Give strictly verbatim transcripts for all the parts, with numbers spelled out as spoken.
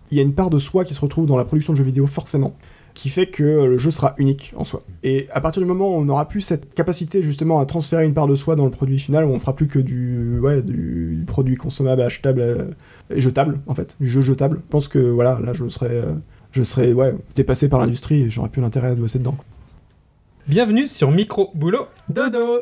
il y a une part de soi qui se retrouve dans la production de jeux vidéo forcément, qui fait que le jeu sera unique en soi. Et à partir du moment où on n'aura plus cette capacité justement à transférer une part de soi dans le produit final, où on fera plus que du, ouais, du produit consommable, achetable euh, et jetable en fait, du jeu jetable, je pense que voilà, là je serais, euh, je serais ouais, dépassé par l'industrie et j'aurais plus l'intérêt à bosser dedans. Bienvenue sur Micro Boulot Dodo.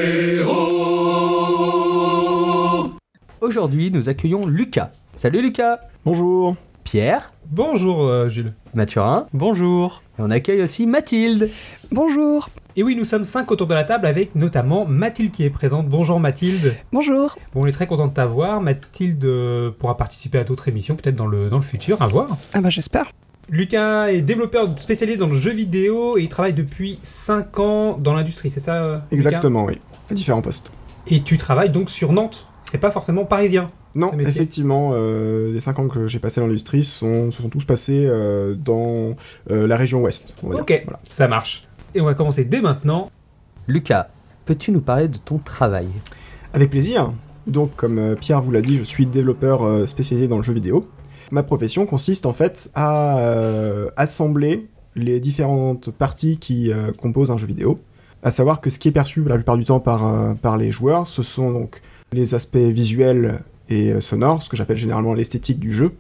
Aujourd'hui, nous accueillons Lucas. Salut Lucas. Bonjour. Pierre. Bonjour euh, Jules. Mathurin. Bonjour. Et on accueille aussi Mathilde. Bonjour. Et oui, nous sommes cinq autour de la table avec notamment Mathilde qui est présente. Bonjour Mathilde. Bonjour. Bon, on est très content de t'avoir. Mathilde euh, pourra participer à d'autres émissions, peut-être dans le, dans le futur, à voir. Ah bah j'espère. Lucas est développeur spécialisé dans le jeu vidéo et il travaille depuis cinq ans dans l'industrie, c'est ça euh, Exactement, oui. À différents postes. Et tu travailles donc sur Nantes. C'est pas forcément parisien. Non, effectivement, euh, les cinq ans que j'ai passés dans l'industrie sont, se sont tous passés euh, dans euh, la région ouest. On va ok, dire. Voilà. Ça marche. Et on va commencer dès maintenant. Lucas, peux-tu nous parler de ton travail ? Avec plaisir. Donc, comme euh, Pierre vous l'a dit, je suis développeur euh, spécialisé dans le jeu vidéo. Ma profession consiste en fait à euh, assembler les différentes parties qui euh, composent un jeu vidéo. À savoir que ce qui est perçu la plupart du temps par, euh, par les joueurs, ce sont donc les aspects visuels et euh, sonores, ce que j'appelle généralement l'esthétique du jeu,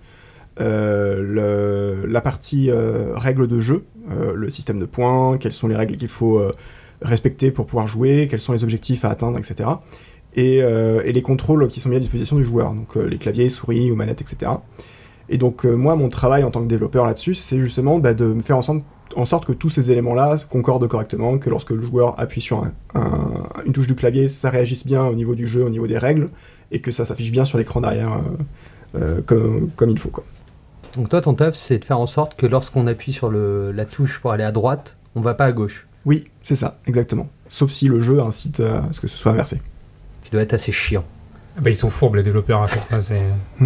euh, le, la partie euh, règles de jeu, euh, le système de points, quelles sont les règles qu'il faut euh, respecter pour pouvoir jouer, quels sont les objectifs à atteindre, et cetera. Et, euh, et les contrôles qui sont mis à disposition du joueur, donc euh, les claviers, souris ou manettes, et cetera. Et donc euh, moi, mon travail en tant que développeur là-dessus, c'est justement bah, de me faire en sorte, en sorte que tous ces éléments-là concordent correctement, que lorsque le joueur appuie sur un, un, une touche du clavier, ça réagisse bien au niveau du jeu, au niveau des règles, et que ça s'affiche bien sur l'écran derrière euh, euh, comme, comme il faut, quoi. Donc toi, ton taf, c'est de faire en sorte que lorsqu'on appuie sur le, la touche pour aller à droite, on va pas à gauche. Oui, c'est ça, exactement. Sauf si le jeu incite à ce que ce soit inversé. Ça doit être assez chiant. Ah bah, ils sont fourbes les développeurs à faire ça. C'est...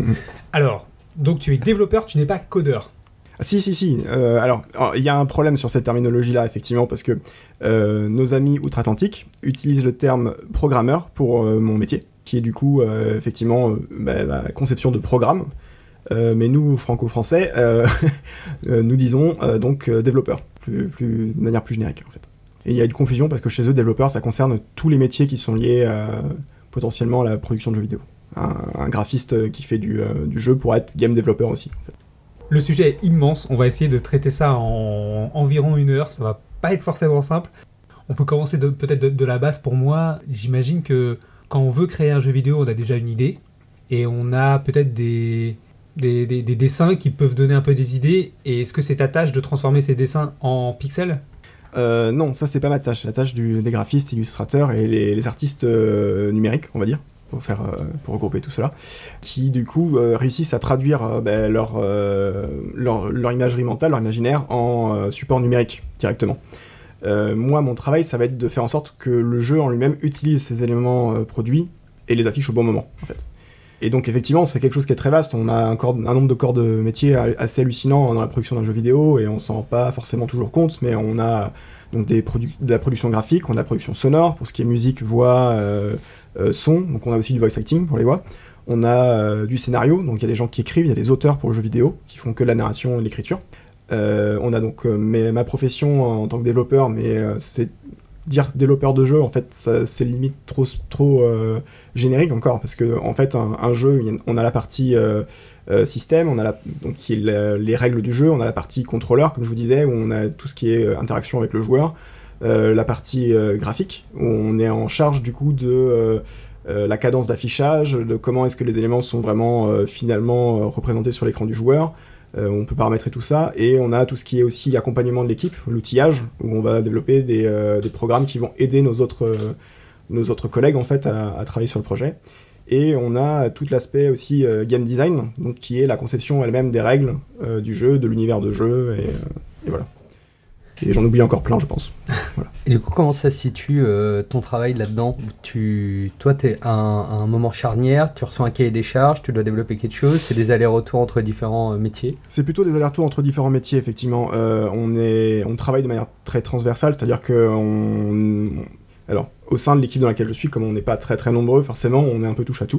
Alors, donc tu es développeur, tu n'es pas codeur. Si, si, si. Euh, alors, il y a un problème sur cette terminologie-là, effectivement, parce que euh, nos amis outre-Atlantique utilisent le terme programmeur pour euh, mon métier, qui est du coup, euh, effectivement, euh, bah, la conception de programmes. Euh, mais nous, franco-français, euh, nous disons euh, donc euh, développeur, plus, plus, de manière plus générique, en fait. Et il y a une confusion, parce que chez eux, développeur, ça concerne tous les métiers qui sont liés euh, potentiellement à la production de jeux vidéo. Un, un graphiste qui fait du, euh, du jeu pourrait être game développeur aussi, en fait. Le sujet est immense, on va essayer de traiter ça en environ une heure, ça va pas être forcément simple. On peut commencer de, peut-être de, de la base. Pour moi, j'imagine que quand on veut créer un jeu vidéo, on a déjà une idée, et on a peut-être des, des, des, des dessins qui peuvent donner un peu des idées, et est-ce que c'est ta tâche de transformer ces dessins en pixels ? euh, Non, ça c'est pas ma tâche, la tâche du, des graphistes, illustrateurs et les, les artistes euh, numériques, on va dire. Pour, faire, euh, pour regrouper tout cela, qui du coup euh, réussissent à traduire euh, bah, leur, euh, leur, leur imagerie mentale, leur imaginaire en euh, support numérique directement. Euh, moi, mon travail, ça va être de faire en sorte que le jeu en lui-même utilise ces éléments euh, produits et les affiche au bon moment, en fait. Et donc effectivement, c'est quelque chose qui est très vaste, on a un, corps, un nombre de corps de métier assez hallucinant dans la production d'un jeu vidéo, et on s'en rend pas forcément toujours compte, mais on a donc des produ- de la production graphique, on a de la production sonore, pour ce qui est musique, voix, euh, euh, son, donc on a aussi du voice acting pour les voix, on a euh, du scénario, donc il y a des gens qui écrivent, il y a des auteurs pour le jeu vidéo, qui font que la narration et l'écriture. Euh, on a donc euh, mes, ma profession en tant que développeur, mais euh, c'est dire développeur de jeu, en fait, ça, c'est limite trop, trop euh, générique encore, parce que en fait, un, un jeu, on a la partie euh, euh, système, on a la, donc qui est la, les règles du jeu, on a la partie contrôleur, comme je vous disais, où on a tout ce qui est euh, interaction avec le joueur, euh, la partie euh, graphique, où on est en charge du coup de euh, euh, la cadence d'affichage, de comment est-ce que les éléments sont vraiment euh, finalement euh, représentés sur l'écran du joueur. Euh, on peut paramétrer tout ça, et on a tout ce qui est aussi accompagnement de l'équipe, l'outillage, où on va développer des, euh, des programmes qui vont aider nos autres, euh, nos autres collègues en fait à, à travailler sur le projet. Et on a tout l'aspect aussi euh, game design, donc qui est la conception elle-même des règles euh, du jeu, de l'univers de jeu, et, euh, et voilà. Et j'en oublie encore plein, je pense. Voilà. Et du coup, comment ça se situe euh, ton travail là-dedans ? Tu, toi, t'es à un, à un moment charnière, tu reçois un cahier des charges, tu dois développer quelque chose, c'est des allers-retours entre différents euh, métiers ? C'est plutôt des allers-retours entre différents métiers, effectivement. Euh, on, est, on travaille de manière très transversale, c'est-à-dire que on, alors, au sein de l'équipe dans laquelle je suis, comme on n'est pas très très nombreux, forcément, on est un peu touche à tout.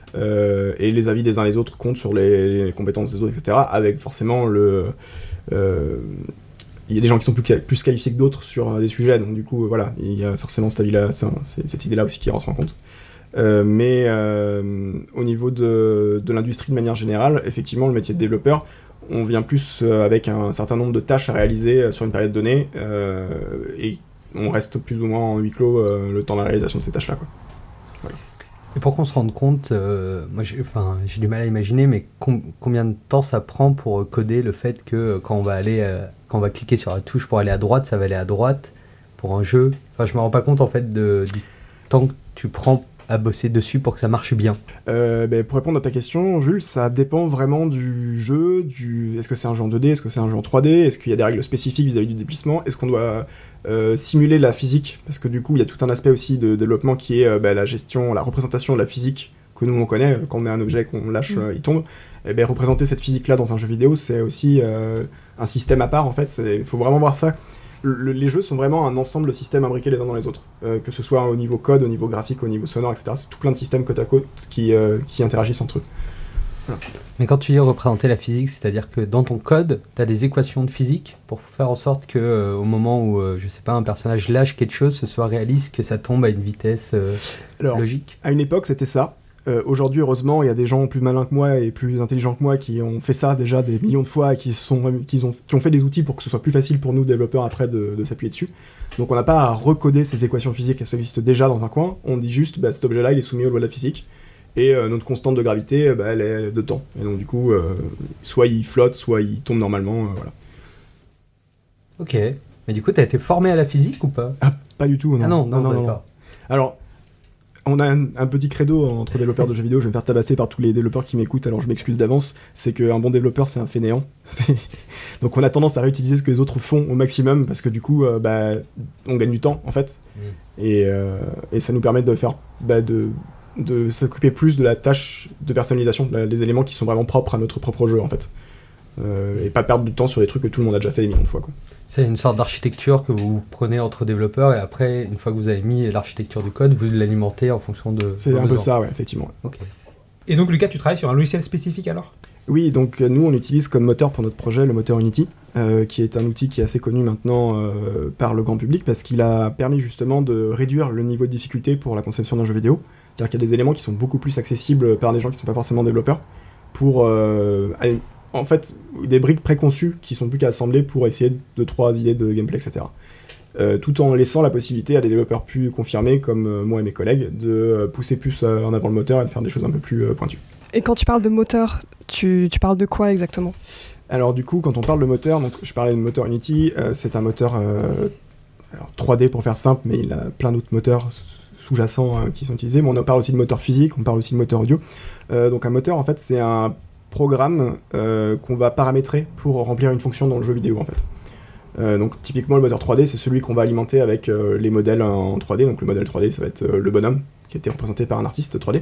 Euh, et les avis des uns les autres comptent sur les, les compétences des autres, et cetera. Avec forcément le... Euh, il y a des gens qui sont plus, plus qualifiés que d'autres sur des sujets, donc du coup, voilà, il y a forcément cet avis-là, c'est, cette idée-là aussi qui rentre en compte. Euh, mais euh, au niveau de, de l'industrie de manière générale, effectivement, le métier de développeur, on vient plus avec un certain nombre de tâches à réaliser sur une période donnée, euh, et on reste plus ou moins en huis clos euh, le temps de la réalisation de ces tâches-là, quoi. Voilà. Et pour qu'on se rende compte, euh, moi j'ai, enfin, j'ai du mal à imaginer, mais com- combien de temps ça prend pour coder le fait que quand on va aller, euh, quand on va cliquer sur la touche pour aller à droite, ça va aller à droite pour un jeu. Enfin, je me rends pas compte en fait de, du temps que tu prends à bosser dessus pour que ça marche bien. Euh, ben, pour répondre à ta question, Jules, ça dépend vraiment du jeu, du... est-ce que c'est un jeu en deux D, est-ce que c'est un jeu en trois D, est-ce qu'il y a des règles spécifiques vis-à-vis du déplacement, est-ce qu'on doit euh, simuler la physique, parce que du coup il y a tout un aspect aussi de développement qui est euh, ben, la gestion, la représentation de la physique que nous on connaît, quand on met un objet qu'on lâche, mmh. euh, il tombe, et ben, représenter cette physique-là dans un jeu vidéo, c'est aussi euh, un système à part en fait, il faut vraiment voir ça. Le, les jeux sont vraiment un ensemble de systèmes imbriqués les uns dans les autres, euh, que ce soit au niveau code, au niveau graphique, au niveau sonore, et cetera. C'est tout plein de systèmes côte à côte qui, euh, qui interagissent entre eux. Voilà. Mais quand tu dis représenter la physique, c'est-à-dire que dans ton code, tu as des équations de physique pour faire en sorte que euh, au moment où, euh, je sais pas, un personnage lâche quelque chose, ce soit réaliste, que ça tombe à une vitesse euh, Alors, logique. À une époque, c'était ça. Euh, aujourd'hui, heureusement, il y a des gens plus malins que moi et plus intelligents que moi qui ont fait ça déjà des millions de fois et qui, sont, qui, ont, qui ont fait des outils pour que ce soit plus facile pour nous, développeurs, après de, de s'appuyer dessus. Donc on n'a pas à recoder ces équations physiques, ça existe déjà dans un coin. On dit juste, bah, cet objet-là, il est soumis aux lois de la physique. Et euh, notre constante de gravité, bah, elle est de temps. Et donc du coup, euh, soit il flotte, soit il tombe normalement, euh, voilà. Ok. Mais du coup, tu as été formé à la physique ou pas ? Ah, pas du tout, non. Ah non, non, non, non, non. Alors... On a un, un petit credo entre développeurs de jeux vidéo, je vais me faire tabasser par tous les développeurs qui m'écoutent, alors je m'excuse d'avance, c'est qu'un bon développeur c'est un fainéant. C'est... Donc on a tendance à réutiliser ce que les autres font au maximum, parce que du coup, euh, bah, on gagne du temps en fait, mmh. et, euh, et ça nous permet de faire, bah, de, de s'occuper plus de la tâche de personnalisation, des éléments qui sont vraiment propres à notre propre jeu en fait. Euh, et pas perdre du temps sur des trucs que tout le monde a déjà fait des millions de fois, quoi. C'est une sorte d'architecture que vous prenez entre développeurs et après, une fois que vous avez mis l'architecture du code, vous l'alimentez en fonction de... C'est un besoins. peu ça, ouais, effectivement. Okay. Et donc Lucas, tu travailles sur un logiciel spécifique alors ? Oui, donc nous on utilise comme moteur pour notre projet le moteur Unity, euh, qui est un outil qui est assez connu maintenant euh, par le grand public parce qu'il a permis justement de réduire le niveau de difficulté pour la conception d'un jeu vidéo. C'est-à-dire qu'il y a des éléments qui sont beaucoup plus accessibles par des gens qui ne sont pas forcément développeurs pour... Euh, aller, en fait, des briques préconçues qui sont plus qu'à assembler pour essayer de trois idées de gameplay, et cetera. Euh, tout en laissant la possibilité à des développeurs plus confirmés, comme euh, moi et mes collègues, de euh, pousser plus euh, en avant le moteur et de faire des choses un peu plus euh, pointues. Et quand tu parles de moteur, tu, tu parles de quoi exactement ? Alors du coup, quand on parle de moteur, donc je parlais de moteur Unity, euh, c'est un moteur euh, alors, trois D pour faire simple, mais il a plein d'autres moteurs sous-jacents euh, qui sont utilisés. Mais on parle aussi de moteur physique, on parle aussi de moteur audio. Euh, donc un moteur, en fait, c'est un programme euh, qu'on va paramétrer pour remplir une fonction dans le jeu vidéo, en fait. Euh, donc typiquement le moteur trois D, c'est celui qu'on va alimenter avec euh, les modèles en trois D. Donc le modèle trois D, ça va être euh, le bonhomme qui a été représenté par un artiste trois D.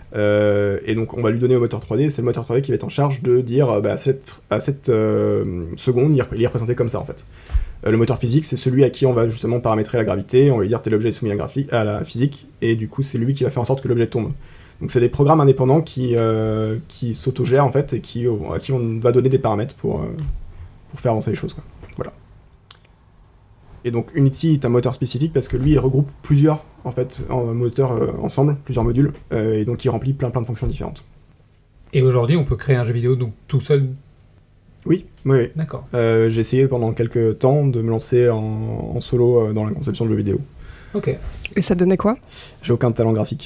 Euh, et donc on va lui donner au moteur trois D, c'est le moteur trois D qui va être en charge de dire euh, bah, à cette, à cette euh, seconde il est représenté comme ça en fait. Euh, le moteur physique, c'est celui à qui on va justement paramétrer la gravité, on va lui dire tel objet est soumis à la, graphi- à la physique, et du coup c'est lui qui va faire en sorte que l'objet tombe. Donc c'est des programmes indépendants qui, euh, qui s'autogèrent en fait et qui, à qui on va donner des paramètres pour, euh, pour faire avancer les choses, quoi. Voilà. Et donc Unity est un moteur spécifique parce que lui il regroupe plusieurs en fait en moteurs euh, ensemble, plusieurs modules, euh, et donc il remplit plein plein de fonctions différentes. Et aujourd'hui on peut créer un jeu vidéo donc tout seul ? Oui, oui, oui. D'accord. Euh, j'ai essayé pendant quelques temps de me lancer en, en solo euh, dans la conception de jeux vidéo. Ok. Et ça donnait quoi ? J'ai aucun talent graphique.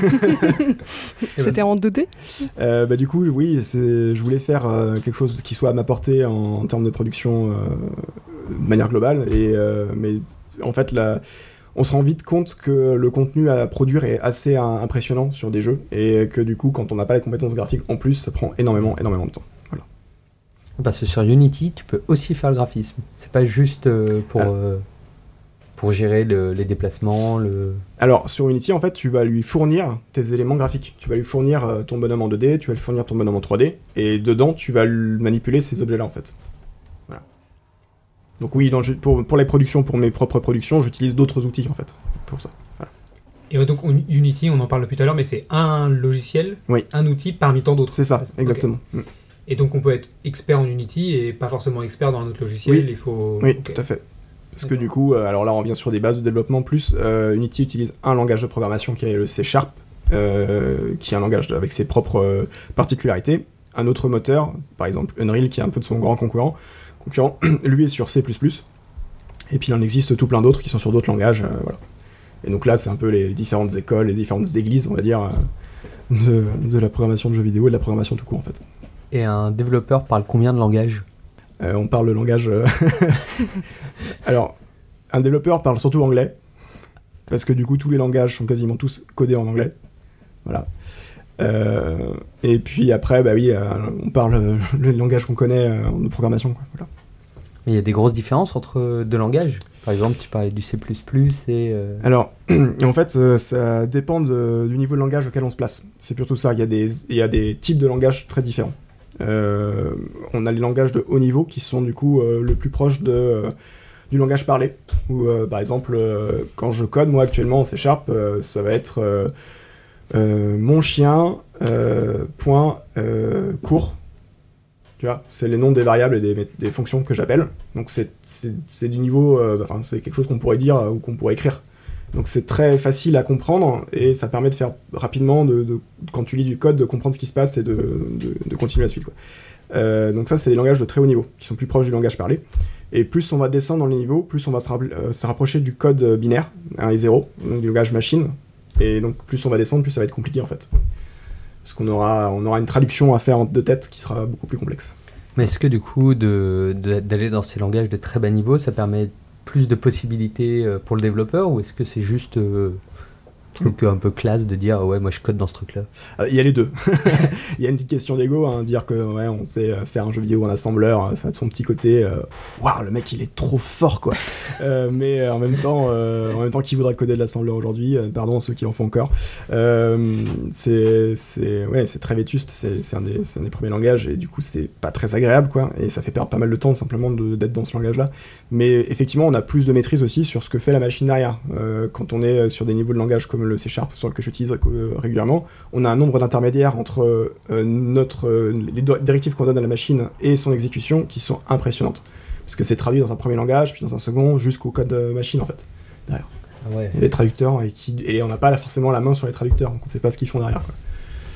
C'était en deux D ? euh, bah, Du coup, oui, c'est, je voulais faire euh, quelque chose qui soit à ma portée en, en termes de production euh, de manière globale. Et, euh, mais en fait, la, on se rend vite compte que le contenu à produire est assez un, impressionnant sur des jeux. Et que du coup, quand on n'a pas les compétences graphiques en plus, ça prend énormément, énormément de temps. Voilà. Parce que sur Unity, tu peux aussi faire le graphisme. C'est pas juste euh, pour... Ah. Euh... pour gérer le, les déplacements, le... Alors, sur Unity, en fait, tu vas lui fournir tes éléments graphiques. Tu vas lui fournir euh, ton bonhomme en deux D, tu vas lui fournir ton bonhomme en trois D, et dedans, tu vas manipuler ces objets-là, en fait. Voilà. Donc oui, dans, pour, pour les productions, pour mes propres productions, j'utilise d'autres outils, en fait, pour ça. Voilà. Et donc Unity, on en parle depuis tout à l'heure, mais c'est un logiciel, oui. un outil parmi tant d'autres. C'est ça, exactement. Okay. Et donc on peut être expert en Unity et pas forcément expert dans un autre logiciel. Oui, il faut... oui okay. tout à fait. Parce que du coup, euh, alors là on revient sur des bases de développement plus, euh, Unity utilise un langage de programmation qui est le C Sharp, euh, qui est un langage avec ses propres euh, particularités. Un autre moteur, par exemple Unreal, qui est un peu de son grand concurrent, concurrent lui est sur C plus plus. Et puis il en existe tout plein d'autres qui sont sur d'autres langages, euh, voilà. Et donc là, c'est un peu les différentes écoles, les différentes églises, on va dire, de, de la programmation de jeux vidéo et de la programmation tout court, en fait. Et un développeur parle combien de langages ? euh, On parle le langage... Euh... Alors, un développeur parle surtout anglais, parce que du coup, tous les langages sont quasiment tous codés en anglais. Voilà. Euh... Et puis après, bah oui, euh, on parle le langage qu'on connaît euh, de programmation, quoi. Voilà. Mais il y a des grosses différences entre deux langages ? Par exemple, tu parlais du C plus plus et... Euh... Alors, en fait, euh, ça dépend de, du niveau de langage auquel on se place. C'est plutôt ça. Il y a des, il y a des types de langages très différents. Euh, on a les langages de haut niveau qui sont du coup euh, le plus proche de, euh, du langage parlé. Où, euh, par exemple, euh, quand je code, moi actuellement en C Sharp, euh, ça va être euh, euh, mon chien, euh, point, euh, court. Tu vois, c'est les noms des variables et des, des fonctions que j'appelle. Donc c'est, c'est, c'est du niveau, euh, enfin, c'est quelque chose qu'on pourrait dire euh, ou qu'on pourrait écrire. Donc c'est très facile à comprendre et ça permet de faire rapidement, de, de, quand tu lis du code, de comprendre ce qui se passe et de, de, de continuer la suite, quoi. Euh, donc ça, c'est des langages de très haut niveau, qui sont plus proches du langage parlé. Et plus on va descendre dans les niveaux, plus on va se, ra- euh, se rapprocher du code binaire, un et zéro, donc du langage machine. Et donc plus on va descendre, plus ça va être compliqué en fait. Parce qu'on aura, on aura une traduction à faire en deux têtes qui sera beaucoup plus complexe. Mais est-ce que du coup, de, de, d'aller dans ces langages de très bas niveau, ça permet plus de possibilités pour le développeur, ou est-ce que c'est juste euh, un truc un peu classe de dire ouais, moi je code dans ce truc-là ? Il y a les deux. Il y a une petite question d'ego, hein, dire que ouais, on sait faire un jeu vidéo en assembleur, ça a de son petit côté. Waouh, wow, le mec il est trop fort quoi. euh, mais en même temps, euh, en même temps, qui voudrait coder de l'assembleur aujourd'hui ? Pardon à ceux qui en font encore. Euh, c'est, c'est, ouais, c'est très vétuste. C'est, c'est, un des, c'est un des premiers langages et du coup c'est pas très agréable quoi. Et ça fait perdre pas mal de temps simplement de, d'être dans ce langage-là. Mais effectivement, on a plus de maîtrise aussi sur ce que fait la machine derrière. Euh, quand on est sur des niveaux de langage comme le C Sharp, sur lequel j'utilise régulièrement, on a un nombre d'intermédiaires entre euh, notre, euh, les directives qu'on donne à la machine et son exécution qui sont impressionnantes. Parce que c'est traduit dans un premier langage, puis dans un second, jusqu'au code machine en fait, derrière. Ah ouais. Et les traducteurs, et, qui, et on n'a pas là, forcément la main sur les traducteurs, donc on ne sait pas ce qu'ils font derrière, quoi.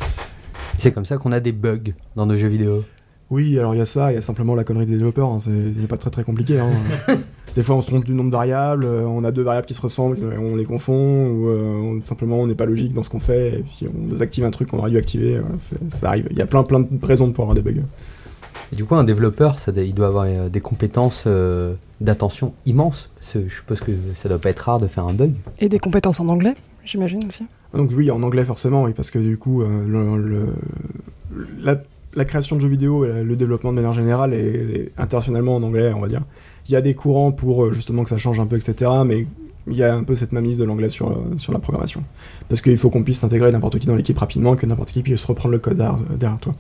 C'est comme ça qu'on a des bugs dans nos jeux vidéo. Oui, alors il y a ça, il y a simplement la connerie des développeurs, hein, c'est, c'est pas très très compliqué. Hein. Des fois on se trompe du nombre de variables, euh, on a deux variables qui se ressemblent, on les confond, ou euh, on, simplement on n'est pas logique dans ce qu'on fait, et puis on désactive un truc qu'on aurait dû activer, voilà, ça arrive. Il y a plein plein de raisons pour avoir des bugs. Et du coup, un développeur, ça, il doit avoir euh, des compétences euh, d'attention immenses, parce que je suppose que ça doit pas être rare de faire un bug. Et des compétences en anglais, j'imagine aussi. Donc oui, en anglais forcément, oui, parce que du coup, euh, le, le, la, la création de jeux vidéo et le développement de manière générale est, est internationalement en anglais, on va dire. Il y a des courants pour justement que ça change un peu, et cetera, mais il y a un peu cette mainmise de l'anglais sur, sur la programmation. Parce qu'il faut qu'on puisse intégrer n'importe qui dans l'équipe rapidement, que n'importe qui puisse reprendre le code derrière, derrière toi.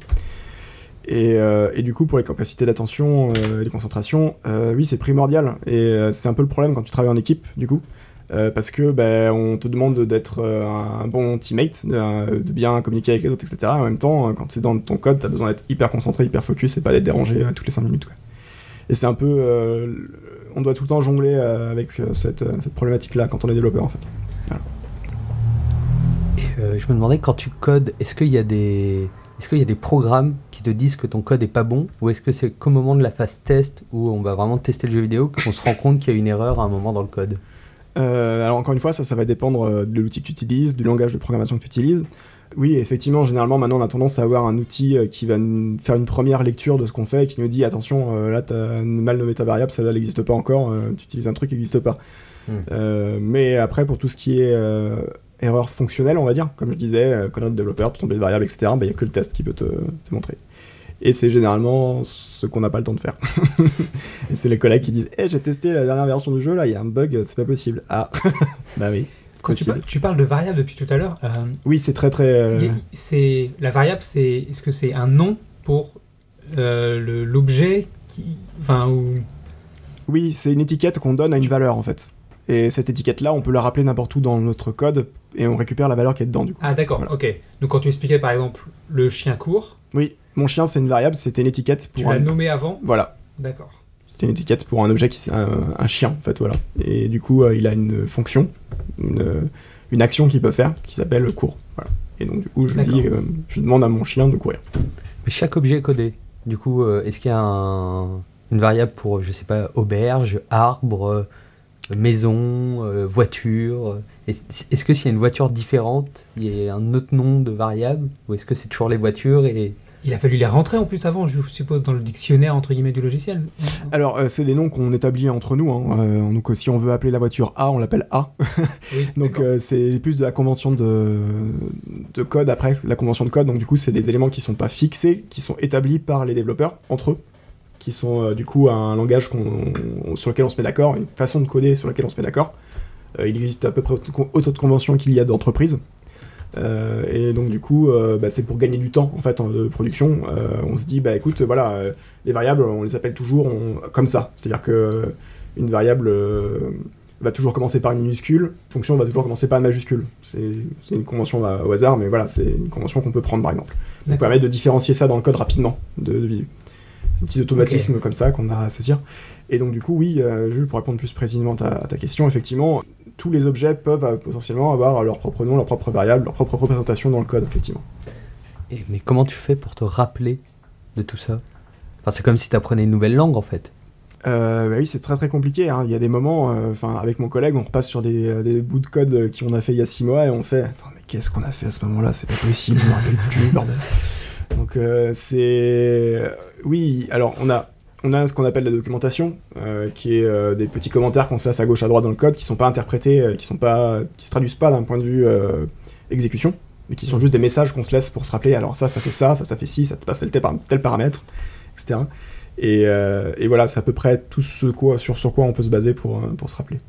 Et, euh, et du coup, pour les capacités d'attention euh, et de concentration, euh, oui, c'est primordial. Et euh, c'est un peu le problème quand tu travailles en équipe, du coup. Euh, parce que ben, on te demande d'être euh, un bon teammate, de, de bien communiquer avec les autres, et cetera. En même temps, quand c'est dans ton code, t'as besoin d'être hyper concentré, hyper focus et pas d'être dérangé euh, toutes les cinq minutes, quoi. Et c'est un peu... Euh, on doit tout le temps jongler euh, avec euh, cette, euh, cette problématique-là quand on est développeur, en fait. Voilà. Et euh, je me demandais, quand tu codes, est-ce qu'il y a des... Est-ce qu'il y a des programmes qui te disent que ton code est pas bon, ou est-ce que c'est qu'au moment de la phase test où on va vraiment tester le jeu vidéo qu'on se rend compte qu'il y a une erreur à un moment dans le code ? euh, Alors encore une fois, ça, ça va dépendre de l'outil que tu utilises, du langage de programmation que tu utilises. Oui, effectivement, généralement maintenant on a tendance à avoir un outil qui va n- faire une première lecture de ce qu'on fait et qui nous dit attention, euh, là t'as mal nommé ta variable, celle-là n'existe pas encore, euh, tu utilises un truc qui n'existe pas. Mmh. Euh, mais après pour tout ce qui est euh, erreur fonctionnelle, on va dire, comme je disais, euh, connaître le développeur, tomber de variable, et cetera, il bah, n'y a que le test qui peut te, te montrer. Et c'est généralement ce qu'on n'a pas le temps de faire. Et c'est les collègues qui disent hey, j'ai testé la dernière version du jeu, là il y a un bug, c'est pas possible. Ah, bah oui. Quand tu, par, tu parles de variable depuis tout à l'heure. Euh, oui, c'est très très. Euh... Y a, c'est, la variable, c'est, est-ce que c'est un nom pour euh, le, l'objet qui, enfin, ou... Oui, c'est une étiquette qu'on donne à une valeur en fait. Et cette étiquette-là, on peut la rappeler n'importe où dans notre code et on récupère la valeur qui est dedans, du coup. Ah, d'accord, Voilà. ok. Donc, quand tu expliquais, par exemple, le chien court, Oui, mon chien, c'est une variable, c'était une étiquette pour tu un... l'as nommé avant. Voilà, D'accord. c'était une étiquette pour un objet qui c'est un, un chien, en fait, voilà. Et du coup, euh, il a une fonction, une, euh, une action qu'il peut faire, qui s'appelle court. Voilà. Et donc, du coup, je D'accord. dis, euh, je demande à mon chien de courir. Mais chaque objet est codé. Du coup, euh, est-ce qu'il y a un- une variable pour, je sais pas, auberge, arbre, euh, maison, euh, voiture euh, est- Est-ce que s'il y a une voiture différente, il y a un autre nom de variable? Ou est-ce que c'est toujours les voitures et... Il a fallu les rentrer en plus avant, je suppose, dans le dictionnaire entre guillemets du logiciel. Alors, euh, c'est des noms qu'on établit entre nous. Hein. Euh, donc, euh, si on veut appeler la voiture A, on l'appelle A. Oui, Donc, d'accord. euh, c'est plus de la convention de, de code après, la convention de code. Donc, du coup, c'est des éléments qui sont pas fixés, qui sont établis par les développeurs entre eux, qui sont euh, du coup un langage qu'on, sur lequel on se met d'accord, une façon de coder sur laquelle on se met d'accord. Euh, il existe à peu près autant de conventions qu'il y a d'entreprises. Euh, et donc du coup, euh, bah, c'est pour gagner du temps en fait en- de production. Euh, on se dit, bah écoute, voilà, euh, les variables, on les appelle toujours on- comme ça. C'est-à-dire que euh, une variable euh, va toujours commencer par une minuscule, une fonction va toujours commencer par une majuscule. C'est, c'est une convention à- au hasard, mais voilà, c'est une convention qu'on peut prendre par exemple. Ça D'accord. permet de différencier ça dans le code rapidement de, de visu. C'est un petit automatisme comme ça qu'on a à saisir. Et donc du coup, oui, euh, Jules, pour répondre plus précisément à ta, à ta question, effectivement, tous les objets peuvent euh, potentiellement avoir leur propre nom, leur propre variable, leur propre représentation dans le code, effectivement. et- Mais comment tu fais pour te rappeler de tout ça? Enfin, c'est comme si tu apprenais une nouvelle langue en fait. Euh, bah oui, c'est très très compliqué. Hein. Il y a des moments, enfin, avec mon collègue, on repasse sur des, euh, des bouts de code qu'on a fait il y a six mois et on fait, attends, mais qu'est-ce qu'on a fait à ce moment-là? C'est pas possible, je me rappelle plus, bordel. Donc euh, c'est, oui, alors on a, on a ce qu'on appelle la documentation, euh, qui est euh, des petits commentaires qu'on se laisse à gauche à droite dans le code, qui sont pas interprétés, euh, qui sont pas, qui se traduisent pas d'un point de vue euh, exécution, mais qui sont juste des messages qu'on se laisse pour se rappeler. Alors ça, ça fait ça, ça, ça fait ci, ça te passe tel, par- tel paramètre, et cetera. Et, euh, et voilà, c'est à peu près tout ce quoi, sur, sur quoi on peut se baser pour, euh, pour se rappeler.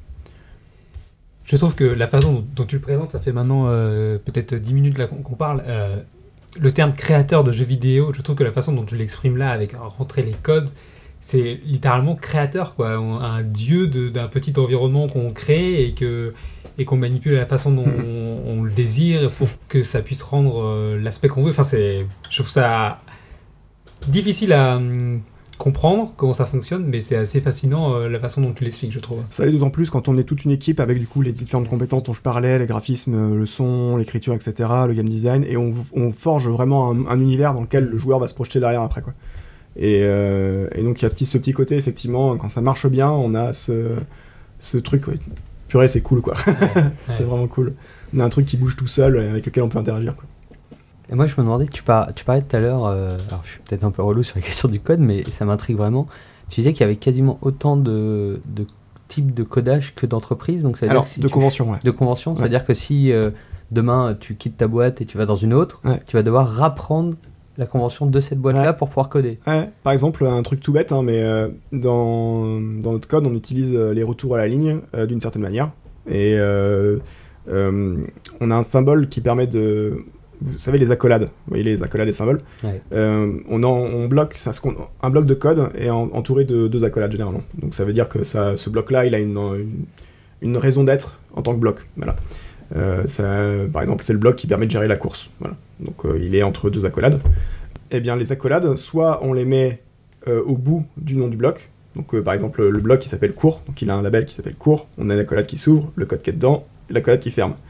Je trouve que la façon dont, dont tu le présentes, ça fait maintenant euh, peut-être dix minutes là qu'on, qu'on parle. euh, le terme créateur de jeux vidéo, je trouve que la façon dont tu l'exprimes là, avec euh, rentrer les codes, c'est littéralement créateur, quoi. Un, un dieu de, d'un petit environnement qu'on crée et, que, et qu'on manipule à la façon dont on, on le désire pour que ça puisse rendre euh, l'aspect qu'on veut. Enfin, c'est, je trouve ça difficile à hum, comprendre comment ça fonctionne, mais c'est assez fascinant euh, la façon dont tu l'expliques, je trouve. Ça l'est d'autant plus quand on est toute une équipe avec du coup les différentes compétences dont je parlais, les graphismes, le son, l'écriture, et cetera, le game design, et on, on forge vraiment un, un univers dans lequel le joueur va se projeter derrière après, quoi. Et, euh, et donc il y a petit, ce petit côté, effectivement, quand ça marche bien, on a ce, ce truc, ouais, purée, c'est cool, quoi. C'est Ouais. vraiment cool. On a un truc qui bouge tout seul, avec lequel on peut interagir, quoi. Et moi, je me demandais, tu, par- tu parlais tout à l'heure, euh, alors je suis peut-être un peu relou sur la question du code, mais ça m'intrigue vraiment. Tu disais qu'il y avait quasiment autant de, de types de codage que d'entreprises, donc ça veut Alors, dire que si de tu- convention, ouais. de convention, Ouais. c'est-à-dire que si euh, demain tu quittes ta boîte et tu vas dans une autre, Ouais. tu vas devoir rapprendre la convention de cette boîte-là Ouais. pour pouvoir coder. Ouais, par exemple, un truc tout bête, hein, mais euh, dans, dans notre code, on utilise euh, les retours à la ligne euh, d'une certaine manière. Et euh, euh, on a un symbole qui permet de... Vous savez, les accolades. Vous voyez les accolades et symboles. Ouais. Euh, on, en, on bloque, ça, se con- un bloc de code est en- entouré de deux accolades généralement. Donc ça veut dire que ça, ce bloc-là, il a une, une, une raison d'être en tant que bloc. Voilà. Euh, ça, par exemple, c'est le bloc qui permet de gérer la course. Voilà. Donc euh, il est entre deux accolades. Eh bien, les accolades, soit on les met euh, au bout du nom du bloc. Donc euh, par exemple, le bloc il s'appelle cours, donc il a un label qui s'appelle cours. On a l'accolade qui s'ouvre, le code qui est dedans, et l'accolade qui ferme.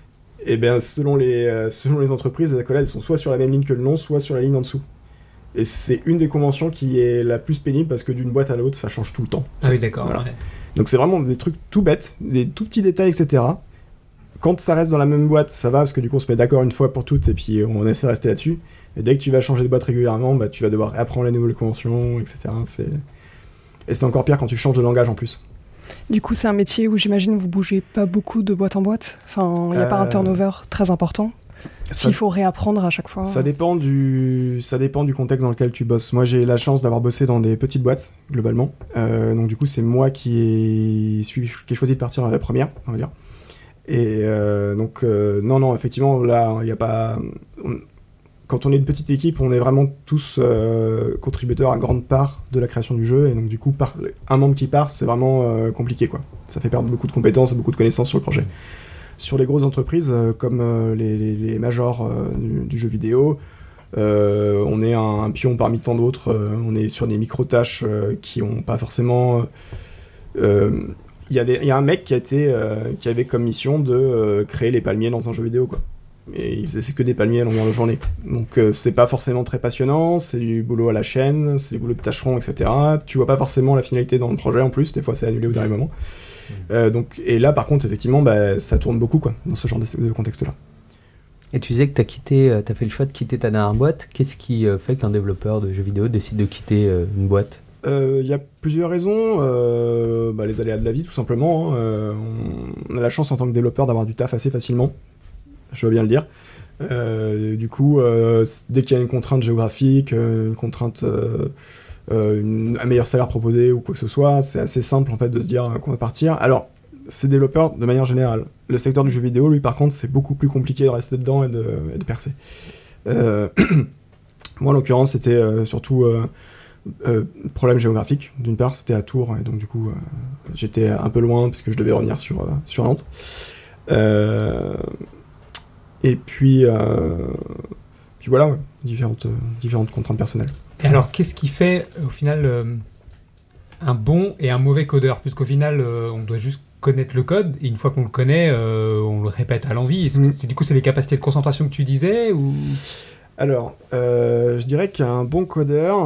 Et bien, selon les, euh, selon les entreprises, les accolades sont soit sur la même ligne que le nom, soit sur la ligne en dessous. Et c'est une des conventions qui est la plus pénible parce que d'une boîte à l'autre, ça change tout le temps. Ah oui, d'accord. Voilà. Ouais. Donc c'est vraiment des trucs tout bêtes, des tout petits détails, et cetera. Quand ça reste dans la même boîte, ça va parce que du coup on se met d'accord une fois pour toutes et puis on essaie de rester là-dessus. Et dès que tu vas changer de boîte régulièrement, bah, tu vas devoir réapprendre les nouvelles conventions, et cetera. C'est... Et c'est encore pire quand tu changes de langage en plus. Du coup, c'est un métier où j'imagine vous bougez pas beaucoup de boîte en boîte. Enfin, il n'y a pas un Euh, turnover très important. Ça, S'il faut réapprendre à chaque fois. ça dépend du, ça dépend du contexte dans lequel tu bosses. Moi, j'ai la chance d'avoir bossé dans des petites boîtes, globalement. Euh, donc du coup, c'est moi qui ai, qui ai choisi de partir à la première, on va dire. Et euh, donc, euh, non, non, effectivement, là, il n'y a pas... on- quand on est une petite équipe, on est vraiment tous euh, contributeurs à grande part de la création du jeu, et donc du coup, par, un membre qui part, c'est vraiment euh, compliqué, quoi. Ça fait perdre beaucoup de compétences, beaucoup de connaissances sur le projet. Sur les grosses entreprises, euh, comme euh, les, les, les majors euh, du, du jeu vidéo, euh, on est un, un pion parmi tant d'autres, euh, on est sur des micro-tâches euh, qui n'ont pas forcément... Il euh, y, y a un mec qui, a été, euh, qui avait comme mission de euh, créer les palmiers dans un jeu vidéo, quoi. Et il faisait que des palmiers à longueur de journée. Donc euh, c'est pas forcément très passionnant, c'est du boulot à la chaîne, c'est du boulot de tâcheron, et cetera. Tu vois pas forcément la finalité dans le projet en plus, des fois c'est annulé au dernier moment. Euh, donc, et là par contre, effectivement, bah, ça tourne beaucoup, quoi, dans ce genre de, de contexte-là. Et tu disais que t'as quitté, t'as fait le choix de quitter ta dernière boîte. Qu'est-ce qui euh, fait qu'un développeur de jeux vidéo décide de quitter euh, une boîte ? Il euh, y a plusieurs raisons, euh, bah, les aléas de la vie tout simplement. Hein. Euh, on a la chance en tant que développeur d'avoir du taf assez facilement. Je veux bien le dire. Euh, du coup, euh, dès qu'il y a une contrainte géographique, une contrainte, euh, euh, une, un meilleur salaire proposé ou quoi que ce soit, c'est assez simple en fait de se dire qu'on va partir. Alors, ces développeurs, de manière générale, le secteur du jeu vidéo, lui par contre, c'est beaucoup plus compliqué de rester dedans et de, et de percer. Euh, moi, en l'occurrence, c'était euh, surtout euh, euh, problème géographique. D'une part, c'était à Tours, et donc du coup, euh, j'étais un peu loin parce que je devais revenir sur, euh, sur Nantes. Euh, Et puis, euh, puis voilà, ouais, différentes, euh, différentes contraintes personnelles. Et alors, qu'est-ce qui fait, au final, euh, un bon et un mauvais codeur ? Puisqu'au final, euh, on doit juste connaître le code, et une fois qu'on le connaît, euh, on le répète à l'envi. Est-ce que Mm. c'est, du coup, c'est les capacités de concentration que tu disais ou... Alors, euh, je dirais qu'un bon codeur,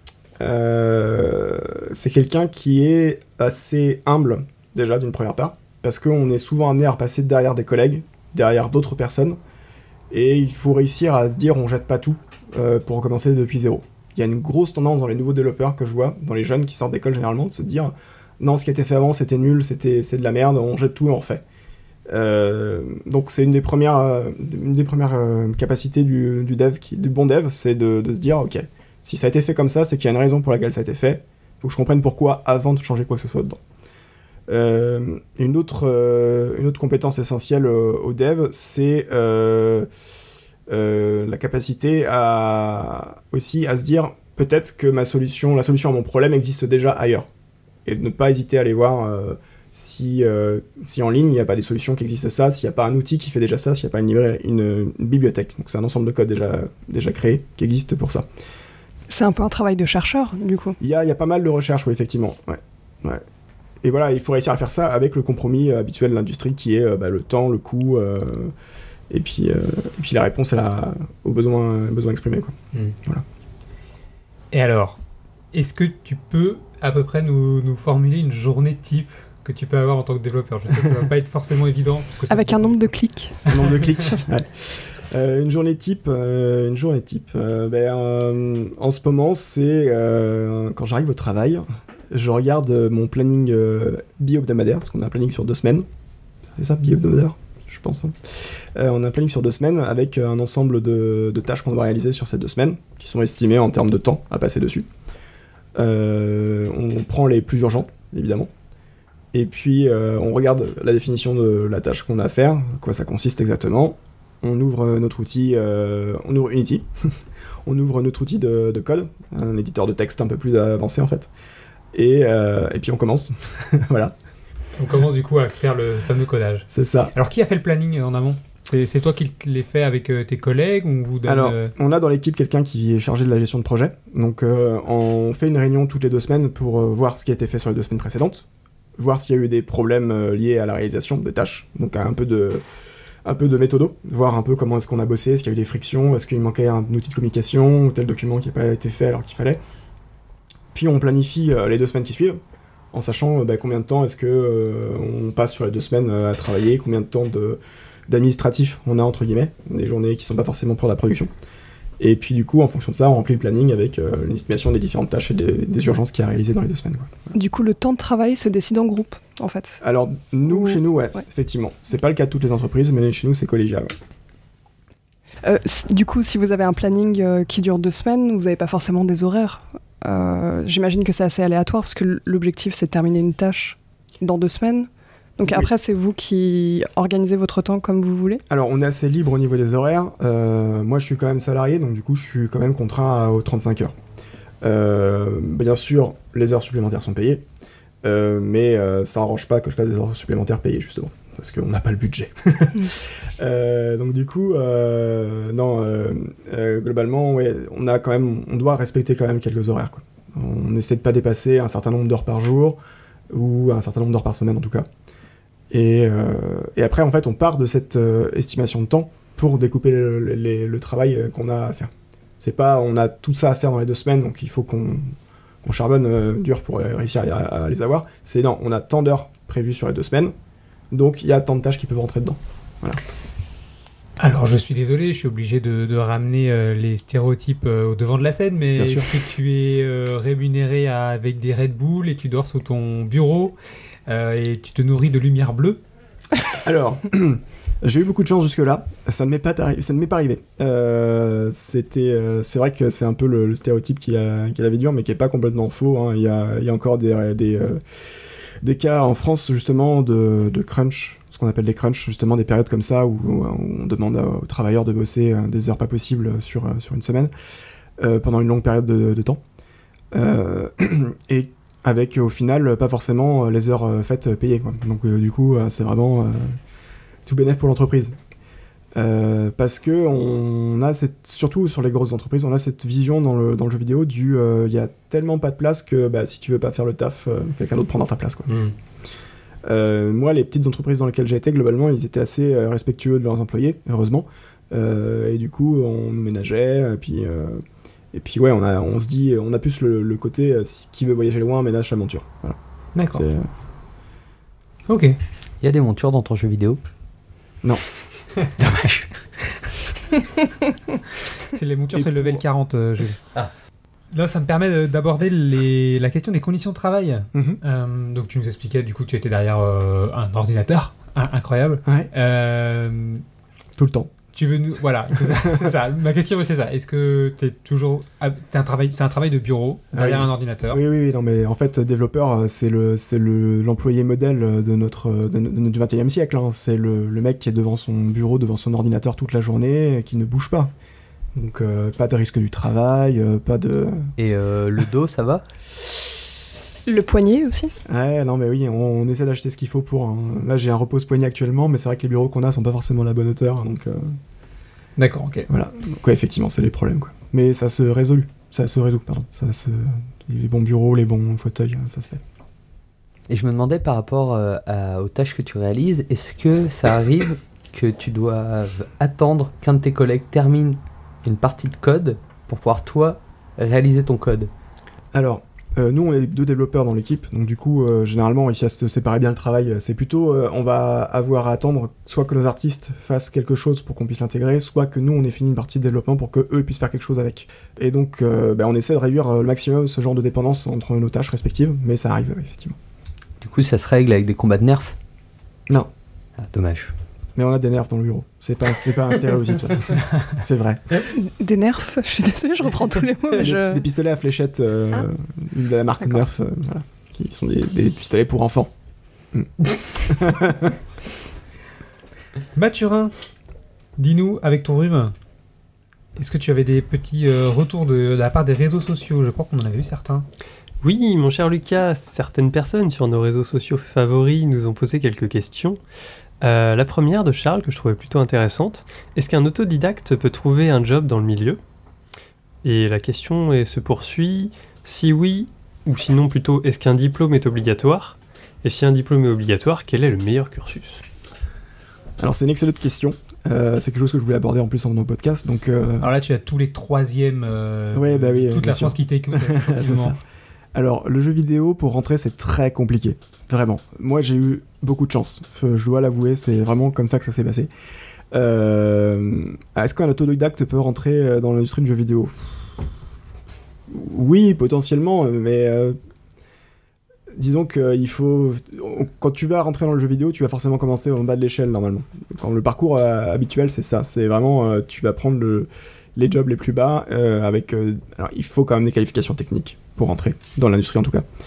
euh, c'est quelqu'un qui est assez humble, déjà, d'une première part, parce qu'on est souvent amené à repasser derrière des collègues, derrière d'autres personnes, et il faut réussir à se dire on jette pas tout euh, pour recommencer depuis zéro. Il y a une grosse tendance dans les nouveaux développeurs que je vois, dans les jeunes qui sortent d'école généralement, de se dire non, ce qui a été fait avant c'était nul, c'était, c'est de la merde, on jette tout et on refait. Euh, donc c'est une des premières, euh, une des premières euh, capacités du, du dev, qui, du bon dev, c'est de, de se dire ok, si ça a été fait comme ça, c'est qu'il y a une raison pour laquelle ça a été fait, il faut que je comprenne pourquoi avant de changer quoi que ce soit dedans. Euh, une, autre, euh, une autre compétence essentielle euh, au dev, c'est euh, euh, la capacité à, aussi à se dire peut-être que ma solution, la solution à mon problème existe déjà ailleurs. Et de ne pas hésiter à aller voir euh, si, euh, si en ligne il n'y a pas des solutions qui existent ça, s'il n'y a pas un outil qui fait déjà ça, s'il n'y a pas une, librairie, une, une bibliothèque. Donc c'est un ensemble de codes déjà, déjà créé qui existe pour ça. C'est un peu un travail de chercheur, du coup. Il y a, il y a pas mal de recherches, oui, effectivement. Ouais. Ouais. Et voilà, il faut réussir à faire ça avec le compromis euh, habituel de l'industrie qui est euh, bah, le temps, le coût, euh, et, puis, euh, et puis la réponse à la, aux besoins, besoins exprimés, quoi. Mmh. Voilà. Et alors, est-ce que tu peux à peu près nous, nous formuler une journée type que tu peux avoir en tant que développeur ? Je sais que ça va pas être forcément évident. Parce que c'est Avec un nombre de clics. Un nombre de clics. Ouais. Euh, une journée type, euh, une journée type. Euh, ben, euh, en ce moment, c'est euh, quand j'arrive au travail. Je regarde mon planning euh, bi-hebdomadaire, parce qu'on a un planning sur deux semaines. Ça fait ça, bi-hebdomadaire, je pense. Hein. Euh, on a un planning sur deux semaines avec un ensemble de, de tâches qu'on doit réaliser sur ces deux semaines, qui sont estimées en termes de temps à passer dessus. Euh, on prend les plus urgentes, évidemment. Et puis, euh, on regarde la définition de la tâche qu'on a à faire, quoi ça consiste exactement. On ouvre notre outil, euh, on ouvre Unity. On ouvre notre outil de, de code, un éditeur de texte un peu plus avancé, en fait. Et, euh, et puis on commence. Voilà. On commence du coup à faire le fameux codage. C'est ça. Alors qui a fait le planning en amont ? c'est, c'est toi qui l'as fait avec euh, tes collègues ou vous donne, Alors, euh... on a dans l'équipe quelqu'un qui est chargé de la gestion de projet. Donc euh, on fait une réunion toutes les deux semaines pour euh, voir ce qui a été fait sur les deux semaines précédentes, voir s'il y a eu des problèmes euh, liés à la réalisation des tâches, donc un peu de, un peu de méthodo, voir un peu comment est-ce qu'on a bossé, est-ce qu'il y a eu des frictions, est-ce qu'il manquait un outil de communication ou tel document qui n'a pas été fait alors qu'il fallait. Puis on planifie euh, les deux semaines qui suivent, en sachant euh, bah, combien de temps est-ce que euh, on passe sur les deux semaines euh, à travailler, combien de temps de, d'administratif on a entre guillemets, des journées qui sont pas forcément pour la production. Et puis du coup, en fonction de ça, on remplit le planning avec euh, une estimation des différentes tâches et des, des urgences qu'il y a à réaliser dans les deux semaines. Quoi. Du coup, le temps de travail se décide en groupe, en fait. Alors nous, Ou... chez nous, ouais, ouais, effectivement. C'est pas le cas de toutes les entreprises, mais chez nous, c'est collégial. Ouais. Euh, du coup, si vous avez un planning euh, qui dure deux semaines, vous n'avez pas forcément des horaires. Euh, j'imagine que c'est assez aléatoire parce que l'objectif c'est de terminer une tâche dans deux semaines. Donc Oui. après, c'est vous qui organisez votre temps comme vous voulez? Alors, on est assez libre au niveau des horaires. Euh, moi, je suis quand même salarié, donc du coup, je suis quand même contraint à- aux trente-cinq heures. Euh, bien sûr, les heures supplémentaires sont payées, euh, mais euh, ça n'arrange pas que je fasse des heures supplémentaires payées, justement, parce qu'on n'a pas le budget. Euh, donc du coup, euh, non, euh, euh, globalement, ouais, on a quand même, on doit respecter quand même quelques horaires, quoi. On essaie de pas dépasser un certain nombre d'heures par jour, ou un certain nombre d'heures par semaine en tout cas. Et, euh, et après, en fait, on part de cette euh, estimation de temps pour découper le, le- le- le travail euh, qu'on a à faire. C'est pas, on a tout ça à faire dans les deux semaines, donc il faut qu'on qu'on charbonne euh, dur pour euh, réussir à, à les avoir. C'est non, on a tant d'heures prévues sur les deux semaines, donc il y a tant de tâches qui peuvent rentrer dedans. Alors, je suis désolé, je suis obligé de, de ramener euh, les stéréotypes euh, au devant de la scène, mais Bien est-ce sûr. que tu es euh, rémunéré à- avec des Red Bull et tu dors sous ton bureau euh, et tu te nourris de lumière bleue? Alors, j'ai eu beaucoup de chance jusque-là. Ça ne m'est pas, arri- ça ne m'est pas arrivé. Euh, c'était, euh, c'est vrai que c'est un peu le, le stéréotype qui a, qui a la vie dure, mais qui est pas complètement faux, hein. Il y a, il y a encore des, des, euh, des cas en France justement de, de crunch, ce qu'on appelle des crunch, justement des périodes comme ça où, où on demande aux travailleurs de bosser euh, des heures pas possibles sur, euh, sur une semaine euh, pendant une longue période de, de temps. Euh, et avec au final pas forcément euh, les heures euh, faites euh, payées, quoi. Donc euh, du coup euh, c'est vraiment euh, tout bénéf pour l'entreprise. Euh, parce que on a cette, surtout sur les grosses entreprises, on a cette vision dans le, dans le jeu vidéo du il y a tellement pas de place que bah, si tu veux pas faire le taf, euh, quelqu'un d'autre prendra ta place, quoi. Mm. Euh, moi, les petites entreprises dans lesquelles j'ai été, globalement, ils étaient assez euh, respectueux de leurs employés, heureusement. Euh, et du coup, on nous ménageait, et puis, euh, et puis ouais, on, a, on se dit, on a plus le, le côté euh, si- qui veut voyager loin, ménage sa monture. Voilà. D'accord. C'est- Ok. Il y a des montures dans ton jeu vidéo? Non. Dommage. C'est les montures, Et c'est le level pour- quarante, euh, Jules. Ah. Là, ça me permet de- d'aborder les- la question des conditions de travail. Mhm. Euh, donc, tu nous expliquais, du coup, tu étais derrière euh, un ordinateur. Un- incroyable. Ouais, Euh, tout le temps. tu veux nous... Voilà, c'est ça, c'est ça. Ma question, c'est ça. Est-ce que tu es toujours... ah, t'es un travail... c'est un travail de bureau, derrière Ah oui. un ordinateur. Oui, oui, oui, non, mais en fait, développeur, euh, c'est le, c'est le, l'employé modèle de notre, euh, de, no- de- du vingt et unième siècle, hein. C'est le, le mec qui est devant son bureau, devant son ordinateur toute la journée, et qui ne bouge pas. Donc, euh, pas de risque du travail, euh, pas de... Et euh, le dos, ça va? Le poignet aussi? Ouais, non, mais oui, on, on essaie d'acheter ce qu'il faut pour, hein. Là, j'ai un repose-poignet actuellement, mais c'est vrai que les bureaux qu'on a sont pas forcément à la bonne hauteur, donc euh, D'accord, ok. voilà. Donc, ouais, effectivement, c'est les problèmes, quoi. Mais ça se résout. Ça se résout, pardon. Ça se... Les bons bureaux, les bons fauteuils, ça se fait. Et je me demandais par rapport euh, à- aux tâches que tu réalises, est-ce que ça arrive que tu doives attendre qu'un de tes collègues termine une partie de code pour pouvoir toi réaliser ton code? Alors, euh, nous, on est deux développeurs dans l'équipe, donc du coup, euh, généralement, on réussit à se séparer bien le travail. C'est plutôt, euh, on va avoir à attendre soit que nos artistes fassent quelque chose pour qu'on puisse l'intégrer, soit que nous, on ait fini une partie de développement pour que eux puissent faire quelque chose avec. Et donc, euh, ben, on essaie de réduire euh, le maximum ce genre de dépendance entre nos tâches respectives, mais ça arrive, oui, effectivement. Du coup, ça se règle avec des combats de nerfs? Non. Ah, dommage. Mais on a des nerfs dans le bureau. C'est pas, c'est pas un stéréotype, ça. C'est vrai. Des nerfs? Je suis désolée, je reprends tous les mots, mais Des, je... des pistolets à fléchettes euh, Ah. de la marque D'accord. Nerf, euh, voilà, qui sont des, des pistolets pour enfants. Mathurin, dis-nous, avec ton rhume, est-ce que tu avais des petits euh, retours de, de la part des réseaux sociaux? Je crois qu'on en avait eu certains. Oui, mon cher Lucas, certaines personnes sur nos réseaux sociaux favoris nous ont posé quelques questions. Euh, la première de Charles, que je trouvais plutôt intéressante. Est-ce qu'un autodidacte peut trouver un job dans le milieu? Et la question est- se poursuit. Si oui, ou sinon plutôt, est-ce qu'un diplôme est obligatoire? Et si un diplôme est obligatoire, quel est le meilleur cursus? Alors c'est une excellente question. Euh, c'est quelque chose que je voulais aborder en plus en nos podcasts. Donc euh, Alors là, tu as tous les troisièmes. Euh, Ouais, bah oui, toute bien la France sûr. qui t'écoute. c'est effectivement. ça. Alors le jeu vidéo pour rentrer c'est très compliqué, vraiment. Moi j'ai eu beaucoup de chance. F- Je dois l'avouer, c'est vraiment comme ça que ça s'est passé. Euh, Est-ce qu'un autodidacte peut rentrer euh, dans l'industrie du jeu vidéo? Oui, potentiellement, euh, mais euh, disons qu'il faut. Quand tu vas rentrer dans le jeu vidéo, tu vas forcément commencer en bas de l'échelle normalement. Quand le parcours euh, habituel, c'est ça. C'est vraiment, euh, tu vas prendre le- les jobs les plus bas euh, avec. euh, alors, il faut quand même des qualifications techniques pour rentrer dans l'industrie en tout cas.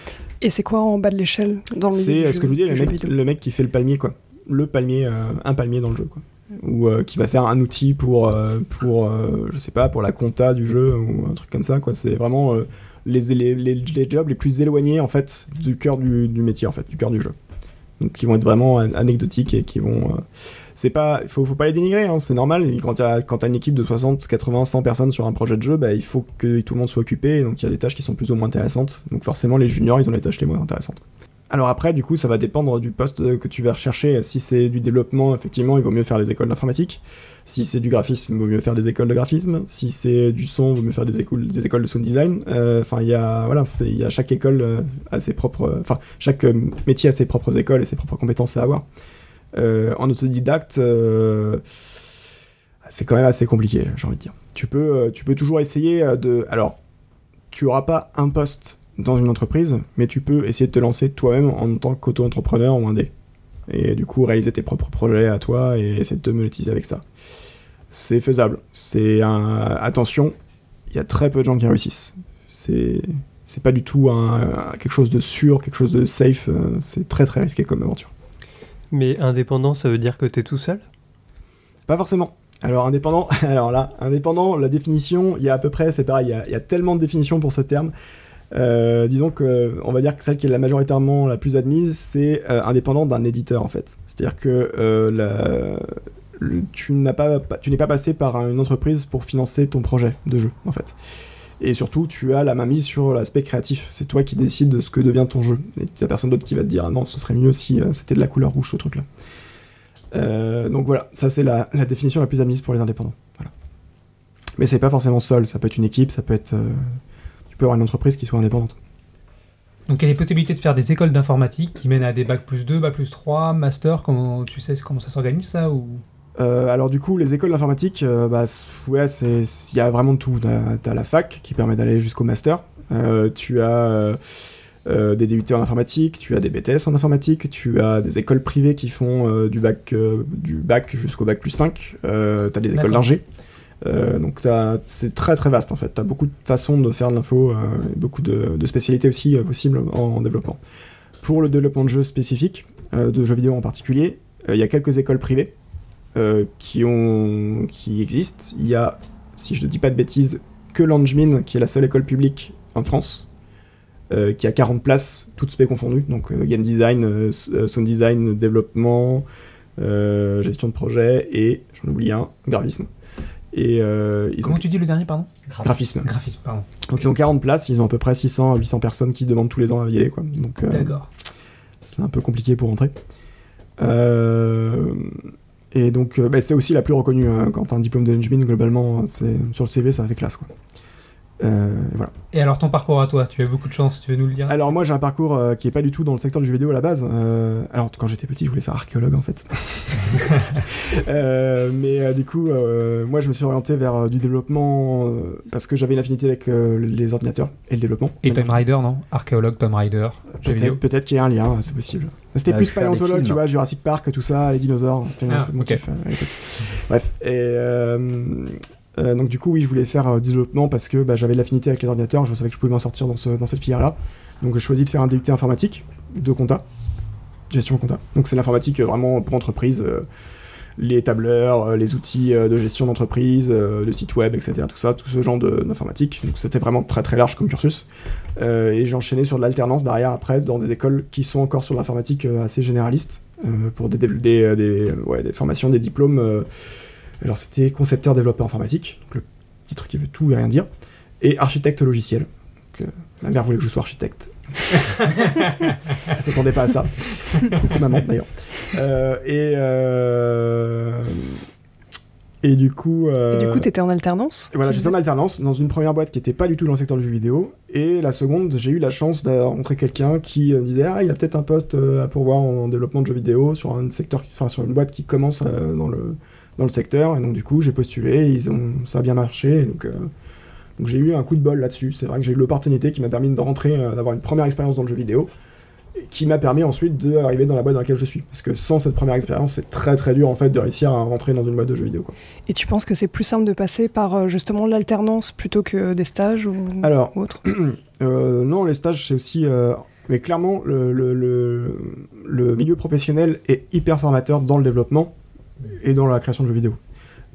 Et c'est quoi en bas de l'échelle dans le C'est milieu ce que je vous dis, du le jeu mec, vidéo le mec qui fait le palmier, quoi. Le palmier, euh, un palmier dans le jeu, quoi. Ou euh, qui va faire un outil pour, euh, pour euh, je sais pas, pour la compta du jeu ou un truc comme ça, quoi. C'est vraiment euh, les, les, les, les jobs les plus éloignés, en fait, du cœur du, du métier, en fait, du cœur du jeu. Donc, qui vont être vraiment anecdotiques et qui vont... Euh, c'est pas... Faut, faut pas les dénigrer, hein, c'est normal. Quand t'as, quand t'as une équipe de soixante, quatre-vingts, cent personnes sur un projet de jeu, bah, il faut que tout le monde soit occupé, donc il y a des tâches qui sont plus ou moins intéressantes. Donc forcément, les juniors, ils ont les tâches les moins intéressantes. Alors après, du coup, ça va dépendre du poste que tu vas rechercher. Si c'est du développement, effectivement, il vaut mieux faire les écoles d'informatique. Si c'est du graphisme, il vaut mieux faire des écoles de graphisme. Si c'est du son, il vaut mieux faire des écoles, des écoles de sound design. Enfin, euh, il y a, voilà, c'est, il y a chaque école euh, a ses propres, enfin, chaque euh, métier a ses propres écoles et ses propres compétences à avoir. Euh, en autodidacte, euh, c'est quand même assez compliqué, j'ai envie de dire. Tu peux, euh, tu peux toujours essayer de, alors, tu auras pas un poste dans une entreprise, mais tu peux essayer de te lancer toi-même en tant qu'auto-entrepreneur ou indé. Et du coup, réaliser tes propres projets à toi et essayer de te monétiser avec ça. C'est faisable. C'est un... Attention, il y a très peu de gens qui réussissent. C'est, c'est pas du tout un... un... quelque chose de sûr, quelque chose de safe. C'est très très risqué comme aventure. Mais indépendant, ça veut dire que t'es tout seul ? Pas forcément. Alors indépendant, alors là, indépendant, la définition, il y a à peu près, c'est pareil, il y a, il y a tellement de définitions pour ce terme. Euh, disons que, on va dire que celle qui est la majoritairement la plus admise, c'est euh, indépendant d'un éditeur en fait. C'est-à-dire que euh, la, le, tu n'as pas, tu n'es pas passé par une entreprise pour financer ton projet de jeu en fait. Et surtout, tu as la main mise sur l'aspect créatif. C'est toi qui décides de ce que devient ton jeu. Et tu n'as personne d'autre qui va te dire ah non, ce serait mieux si euh, c'était de la couleur rouge ce truc-là. Euh, donc voilà, ça c'est la, la définition la plus admise pour les indépendants. Voilà. Mais c'est pas forcément seul. Ça peut être une équipe, ça peut être euh, tu peux avoir une entreprise qui soit indépendante. Donc il y a des possibilités de faire des écoles d'informatique qui mènent à des bac plus deux, bac plus trois, master, comment, tu sais comment ça s'organise ça ou... euh, Alors du coup, les écoles d'informatique, euh, bah, ouais, c'est, il y a vraiment de tout. T'as, t'as la fac qui permet d'aller jusqu'au master, euh, tu as euh, euh, des D U T en informatique, tu as des B T S en informatique, tu as des écoles privées qui font euh, du, bac, euh, du bac jusqu'au bac plus cinq, euh, t'as des écoles D'accord. d'ingé. Euh, donc t'as, c'est très très vaste en fait, t'as beaucoup de façons de faire de l'info, euh, et beaucoup de, de spécialités aussi euh, possibles en, en développement. Pour le développement de jeux spécifiques, euh, de jeux vidéo en particulier, il euh, y a quelques écoles privées euh, qui, ont, qui existent. Il y a, si je ne dis pas de bêtises, que l'Angmin qui est la seule école publique en France, euh, qui a quarante places, toutes spé confondues, donc euh, game design, euh, sound design, développement, euh, gestion de projet et, j'en oublie un, graphisme. Et, euh, ils Comment ont... tu dis le dernier, pardon ? Graphisme. Graphisme, pardon. Donc ils ont quarante places, ils ont à peu près six cents à huit cents personnes qui demandent tous les ans à y aller, quoi. Donc euh, D'accord. c'est un peu compliqué pour rentrer. Euh... Et donc euh, bah, c'est aussi la plus reconnue, hein. Quand t'as un diplôme de L'Angmin, globalement, c'est... sur le C V, ça fait classe, quoi. Euh, voilà. Et alors ton parcours à toi, tu as beaucoup de chance, tu veux nous le dire ? Alors moi j'ai un parcours euh, qui est pas du tout dans le secteur du jeu vidéo à la base. Euh, alors quand j'étais petit je voulais faire archéologue en fait. euh, mais euh, du coup euh, moi je me suis orienté vers euh, du développement euh, parce que j'avais une affinité avec euh, les ordinateurs et le développement. Et Tomb Raider, non ? Archéologue, Tomb Raider, jeux vidéo. Peut-être, peut-être qu'il y a un lien, c'est possible. C'était Bah, plus faire des paléontologue, films. tu vois, Jurassic Park, tout ça, les dinosaures. C'était Ah, un peu mon ok. kiff, euh, à l'époque. Bref, et euh, euh, donc du coup, oui, je voulais faire euh, du développement parce que bah, j'avais de l'affinité avec les ordinateurs, je savais que je pouvais m'en sortir dans, ce, dans cette filière-là. Donc j'ai choisi de faire un D U T informatique, de compta, gestion compta. Donc c'est l'informatique euh, vraiment pour entreprise, euh, les tableurs, euh, les outils euh, de gestion d'entreprise, euh, le site web, et cetera. Tout ça, tout ce genre de, d'informatique. Donc c'était vraiment très très large comme cursus. Euh, et j'ai enchaîné sur de l'alternance derrière après dans des écoles qui sont encore sur l'informatique euh, assez généraliste euh, pour des, des, des, des, ouais, des formations, des diplômes. Euh, alors c'était concepteur développeur informatique, donc le titre qui veut tout et rien dire, et architecte logiciel. Donc, euh, ma mère voulait que je sois architecte. Elle s'attendait pas à ça. Beaucoup maman d'ailleurs. Euh, et euh, Et du coup... Euh... Et du coup, t'étais en alternance ? Voilà, j'étais en alternance dans une première boîte qui était pas du tout dans le secteur du jeu vidéo. Et la seconde, j'ai eu la chance de rencontrer quelqu'un qui euh, me disait « Ah, il y a peut-être un poste euh, à pourvoir en développement de jeux vidéo sur, un secteur, enfin, sur une boîte qui commence euh, dans, le, dans le secteur. » Et donc du coup, j'ai postulé, ils ont, ça a bien marché. Et donc, euh, donc j'ai eu un coup de bol là-dessus. C'est vrai que j'ai eu l'opportunité qui m'a permis de rentrer, euh, d'avoir une première expérience dans le jeu vidéo, qui m'a permis ensuite d'arriver dans la boîte dans laquelle je suis. Parce que sans cette première expérience, c'est très très dur en fait de réussir à rentrer dans une boîte de jeux vidéo, quoi. Et tu penses que c'est plus simple de passer par justement l'alternance plutôt que des stages ou Alors, ou autre euh, non, les stages c'est aussi... Euh, mais clairement, le, le, le, le milieu professionnel est hyper formateur dans le développement et dans la création de jeux vidéo.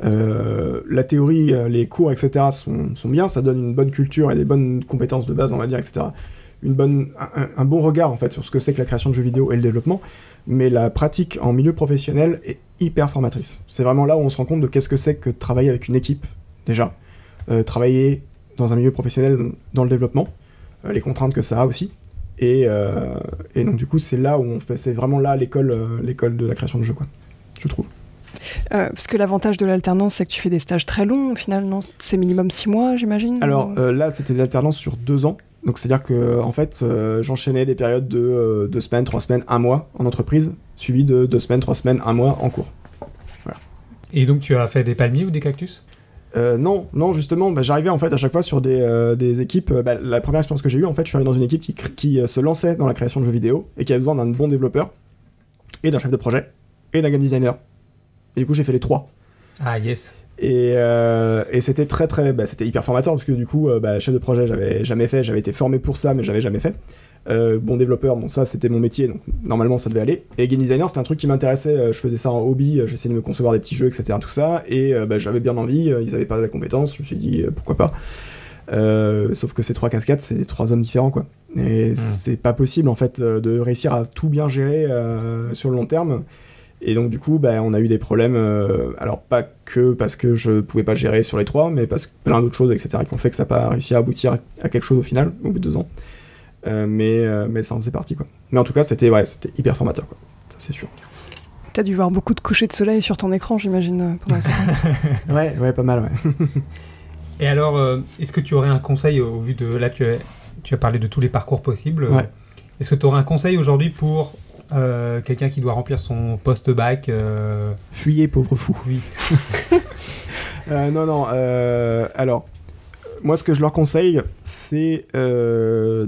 Euh, la théorie, les cours, et cetera sont, sont bien, ça donne une bonne culture et des bonnes compétences de base, on va dire, et cetera. Une bonne, un, un bon regard en fait sur ce que c'est que la création de jeux vidéo et le développement, mais la pratique en milieu professionnel est hyper formatrice. C'est vraiment là où on se rend compte de qu'est-ce que c'est que de travailler avec une équipe, déjà, euh, travailler dans un milieu professionnel dans le développement, euh, les contraintes que ça a aussi, et, euh, et donc du coup c'est là où on fait, c'est vraiment là l'école, euh, l'école de la création de jeux, quoi, je trouve. Euh, parce que l'avantage de l'alternance, c'est que tu fais des stages très longs, au final, non ? C'est minimum six mois, j'imagine ? Alors euh, là, c'était de l'alternance sur deux ans. Donc c'est-à-dire que en fait, euh, j'enchaînais des périodes de euh, deux semaines, trois semaines, un mois en entreprise, suivi de deux semaines, trois semaines, un mois en cours. Voilà. Et donc tu as fait des palmiers ou des cactus ? Euh, non, non, justement, bah, j'arrivais en fait à chaque fois sur des, euh, des équipes. Euh, bah, la première expérience que j'ai eue, en fait, je suis arrivé dans une équipe qui, qui euh, se lançait dans la création de jeux vidéo et qui avait besoin d'un bon développeur et d'un chef de projet et d'un game designer. Et du coup, j'ai fait les trois. Ah yes. Et, euh, et c'était très très, bah, c'était hyper formateur parce que du coup, euh, bah, chef de projet, j'avais jamais fait, j'avais été formé pour ça, mais j'avais jamais fait. Euh, bon développeur, bon ça c'était mon métier, donc normalement ça devait aller. Et game designer, c'était un truc qui m'intéressait. euh, Je faisais ça en hobby, euh, j'essayais de me concevoir des petits jeux, et cetera. Tout ça, et euh, bah, j'avais bien envie. euh, Ils avaient pas la compétence, je me suis dit euh, pourquoi pas. Euh, sauf que ces trois cascades, c'est trois hommes différents, quoi. Et mmh. c'est pas possible en fait euh, de réussir à tout bien gérer euh, sur le long terme. Et donc du coup, bah, on a eu des problèmes, euh, alors pas que parce que je pouvais pas gérer sur les trois, mais parce que plein d'autres choses, et cetera, qui ont fait que ça n'a pas réussi à aboutir à, à quelque chose au final, au bout de deux ans. Euh, mais, euh, mais ça en faisait partie, quoi. Mais en tout cas, c'était, ouais, c'était hyper formateur, quoi. Ça, c'est sûr. T'as dû voir beaucoup de couchers de soleil sur ton écran, j'imagine, pendant ça. Ouais, ouais, pas mal, ouais. Et alors, euh, est-ce que tu aurais un conseil au vu de... Là, tu as, tu as parlé de tous les parcours possibles. Ouais. Est-ce que tu aurais un conseil aujourd'hui pour... Euh, quelqu'un qui doit remplir son post-bac euh... Fuyez, pauvre fou. Oui. euh, non, non. Euh, alors, moi, ce que je leur conseille, c'est euh,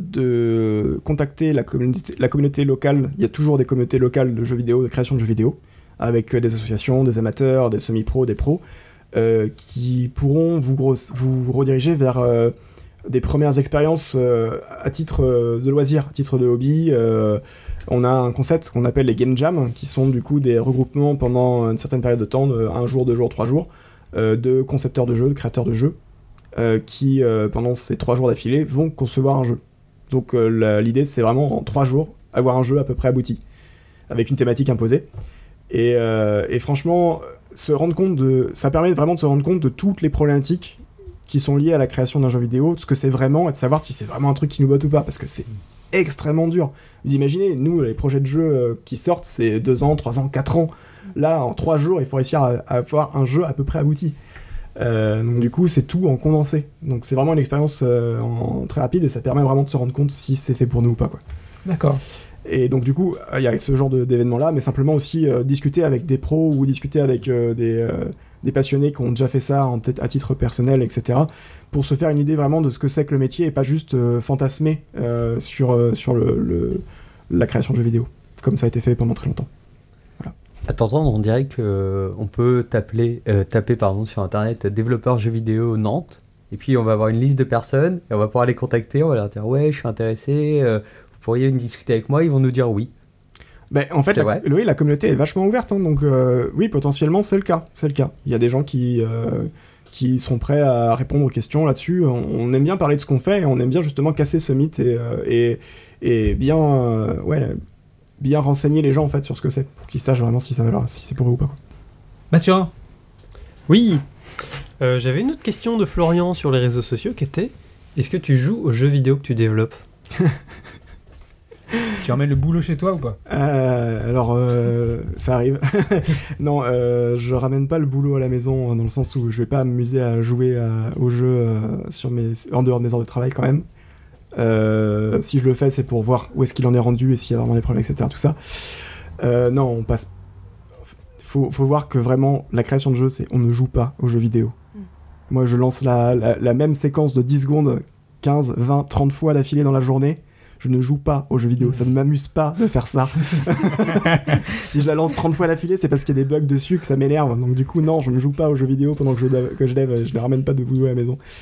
de contacter la communauté, la communauté locale. Il y a toujours des communautés locales de jeux vidéo, de création de jeux vidéo, avec des associations, des amateurs, des semi-pros, des pros, euh, qui pourront vous, gros, vous rediriger vers euh, des premières expériences euh, à titre euh, de loisir, à titre de hobby. Euh, On a un concept qu'on appelle les game jams, qui sont du coup des regroupements pendant une certaine période de temps, de un jour, deux jours, trois jours, euh, de concepteurs de jeux, de créateurs de jeux, euh, qui euh, pendant ces trois jours d'affilée vont concevoir un jeu. Donc euh, la, l'idée c'est vraiment en trois jours avoir un jeu à peu près abouti, avec une thématique imposée. Et, euh, et franchement, se rendre compte de, ça permet vraiment de se rendre compte de toutes les problématiques qui sont liées à la création d'un jeu vidéo, de ce que c'est vraiment, et de savoir si c'est vraiment un truc qui nous botte ou pas, parce que c'est extrêmement dur. Vous imaginez, nous, les projets de jeux euh, qui sortent, c'est deux ans, trois ans, quatre ans. Là, en trois jours, il faut réussir à, à avoir un jeu à peu près abouti. Euh, donc du coup, c'est tout en condensé. Donc c'est vraiment une expérience euh, en, très rapide et ça permet vraiment de se rendre compte si c'est fait pour nous ou pas, quoi. D'accord. Et donc du coup, il y a ce genre de, d'événements-là, mais simplement aussi euh, discuter avec des pros ou discuter avec euh, des, euh, des passionnés qui ont déjà fait ça en t- à titre personnel, et cetera, pour se faire une idée vraiment de ce que c'est que le métier et pas juste euh, fantasmer euh, sur, euh, sur le, le, la création de jeux vidéo, comme ça a été fait pendant très longtemps. Voilà. À t'entendre, on dirait qu'on peut taper, euh, taper pardon, sur internet développeur jeux vidéo Nantes, et puis on va avoir une liste de personnes, et on va pouvoir les contacter, on va leur dire ouais, je suis intéressé, euh, vous pourriez discuter avec moi, ils vont nous dire oui. Ben, en fait, C'est la, oui, la communauté est vachement ouverte, hein, donc euh, oui, potentiellement, c'est le cas. C'est le cas. Il y a des gens qui, euh, qui sont prêts à répondre aux questions là-dessus. On, on aime bien parler de ce qu'on fait et on aime bien justement casser ce mythe et, euh, et, et bien, euh, ouais, bien renseigner les gens en fait sur ce que c'est, pour qu'ils sachent vraiment si, ça va leur, si c'est pour eux ou pas, quoi. Mathurin. Oui, euh, j'avais une autre question de Florian sur les réseaux sociaux qui était: est-ce que tu joues aux jeux vidéo que tu développes? Tu emmènes le boulot chez toi ou pas? euh, Alors, euh, ça arrive. Non, euh, je ramène pas le boulot à la maison, dans le sens où je vais pas m'amuser à jouer à, au jeu euh, sur mes, en dehors de mes heures de travail quand même. Euh, si je le fais, c'est pour voir où est-ce qu'il en est rendu et s'il y a vraiment des problèmes, et cetera. Tout ça. Euh, non, on passe. Faut, faut voir que vraiment, la création de jeu, c'est on ne joue pas aux jeux vidéo. Mm. Moi, je lance la, la, la même séquence de dix secondes, quinze, vingt, trente fois d'affilée dans la journée. Je ne joue pas aux jeux vidéo, ça ne m'amuse pas de faire ça. Si je la lance trente fois d'affilée, c'est parce qu'il y a des bugs dessus que ça m'énerve. Donc du coup, non, je ne joue pas aux jeux vidéo pendant que je, que je dev, je ne ramène pas de boulot à la maison.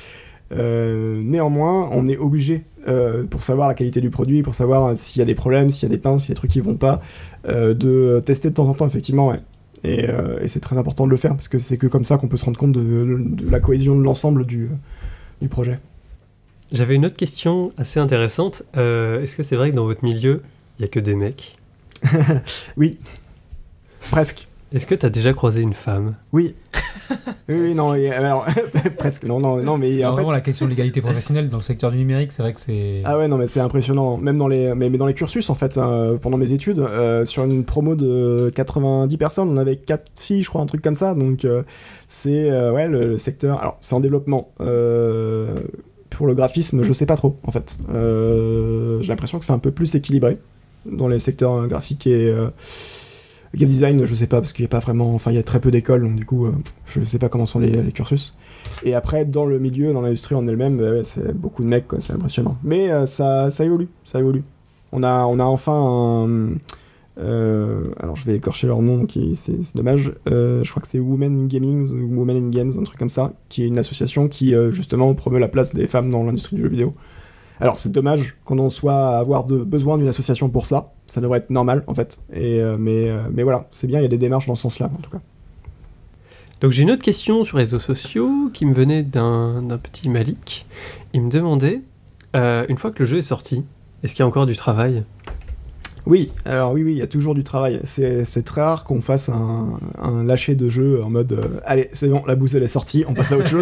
Euh, néanmoins, on est obligé, euh, pour savoir la qualité du produit, pour savoir s'il y a des problèmes, s'il y a des pinces, s'il y a des trucs qui vont pas, euh, de tester de temps en temps, effectivement, ouais. Et, euh, et c'est très important de le faire, parce que c'est que comme ça qu'on peut se rendre compte de, de la cohésion de l'ensemble du, du projet. J'avais une autre question assez intéressante. Euh, est-ce que c'est vrai que dans votre milieu, il n'y a que des mecs ? Oui, presque. Est-ce que tu as déjà croisé une femme ? Oui. Oui, oui, non, et, alors, presque, non, non, non, mais en Vraiment, fait... la question de l'égalité professionnelle dans le secteur du numérique, c'est vrai que c'est... Ah ouais, non, mais c'est impressionnant. Même dans les, mais, mais dans les cursus, en fait, hein, pendant mes études, euh, sur une promo de quatre-vingt-dix personnes, on avait quatre filles, je crois, un truc comme ça. Donc, euh, c'est, euh, ouais, le, le secteur... Alors, c'est en développement. Euh, pour le graphisme, je sais pas trop, en fait. Euh, j'ai l'impression que c'est un peu plus équilibré dans les secteurs graphiques et... Euh, game design, je sais pas, parce qu'il y a pas vraiment... Enfin, il y a très peu d'écoles, donc du coup, euh, je sais pas comment sont les, les cursus. Et après, dans le milieu, dans l'industrie en elle-même, bah ouais, c'est beaucoup de mecs, quoi, c'est impressionnant. Mais euh, ça, ça évolue, ça évolue. On a, on a enfin un... Euh, alors, je vais écorcher leur nom, qui, c'est, c'est dommage. Euh, je crois que c'est Women in Gaming, ou Women in Games, un truc comme ça, qui est une association qui, euh, justement, promeut la place des femmes dans l'industrie du jeu vidéo. Alors, c'est dommage qu'on en soit à avoir de, besoin d'une association pour ça. Ça devrait être normal, en fait. Et, euh, mais, euh, mais voilà, c'est bien, il y a des démarches dans ce sens-là, en tout cas. Donc j'ai une autre question sur les réseaux sociaux qui me venait d'un, d'un petit Malik. Il me demandait, euh, une fois que le jeu est sorti, est-ce qu'il y a encore du travail ? Oui, alors oui, oui, il y a toujours du travail. C'est, c'est très rare qu'on fasse un, un lâcher de jeu en mode euh, allez, c'est bon, la bouse elle est sortie, on passe à autre chose.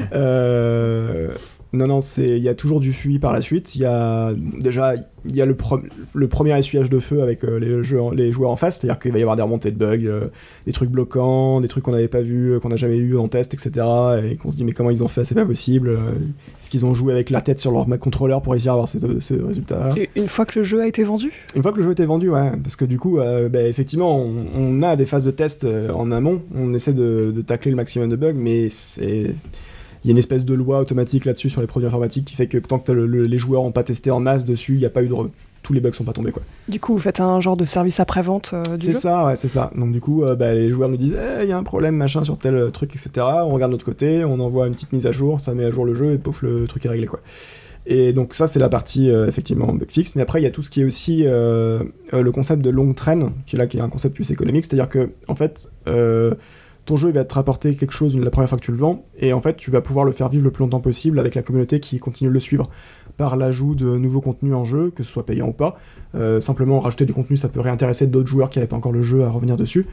euh, non, non, c'est, il y a toujours du suivi par la suite. Il y a déjà, il y a le, pro, le premier essuyage de feu avec euh, les, jeux, les joueurs en face, c'est-à-dire qu'il va y avoir des remontées de bugs, euh, des trucs bloquants, des trucs qu'on n'avait pas vus, qu'on n'a jamais eu en test, et cetera. Et qu'on se dit mais comment ils ont fait, c'est pas possible. Est-ce qu'ils ont joué avec la tête sur leur Mac controller pour essayer d'avoir ce, ce résultat-là ? Et une fois que le jeu a été vendu ? Une fois que le jeu a été vendu, ouais, parce que du coup, euh, bah, effectivement, on, on a des phases de test euh, en amont, on essaie de, de tacler le maximum de bugs, mais c'est... Il y a une espèce de loi automatique là-dessus sur les produits informatiques qui fait que tant que le, le, les joueurs n'ont pas testé en masse dessus, il n'y a pas eu de... Re... Tous les bugs sont pas tombés, quoi. Du coup, vous faites un genre de service après-vente euh, du C'est jeu ? ça, ouais, c'est ça. Donc du coup, euh, bah, les joueurs nous disent il hey, y a un problème, machin, sur tel truc, et cetera. On regarde de l'autre côté, on envoie une petite mise à jour, ça met à jour le jeu, et pouf, le, le truc est réglé, quoi. Et donc ça, c'est la partie, euh, effectivement, bug fix. Mais après, il y a tout ce qui est aussi euh, euh, le concept de long trend, qui est là, qui est un concept plus économique, c'est-à-dire que, en fait... Euh, ton jeu il va te rapporter quelque chose la première fois que tu le vends, et en fait tu vas pouvoir le faire vivre le plus longtemps possible avec la communauté qui continue de le suivre par l'ajout de nouveaux contenus en jeu, que ce soit payant ou pas. Euh, simplement rajouter du contenu, ça peut réintéresser d'autres joueurs qui n'avaient pas encore le jeu à revenir dessus,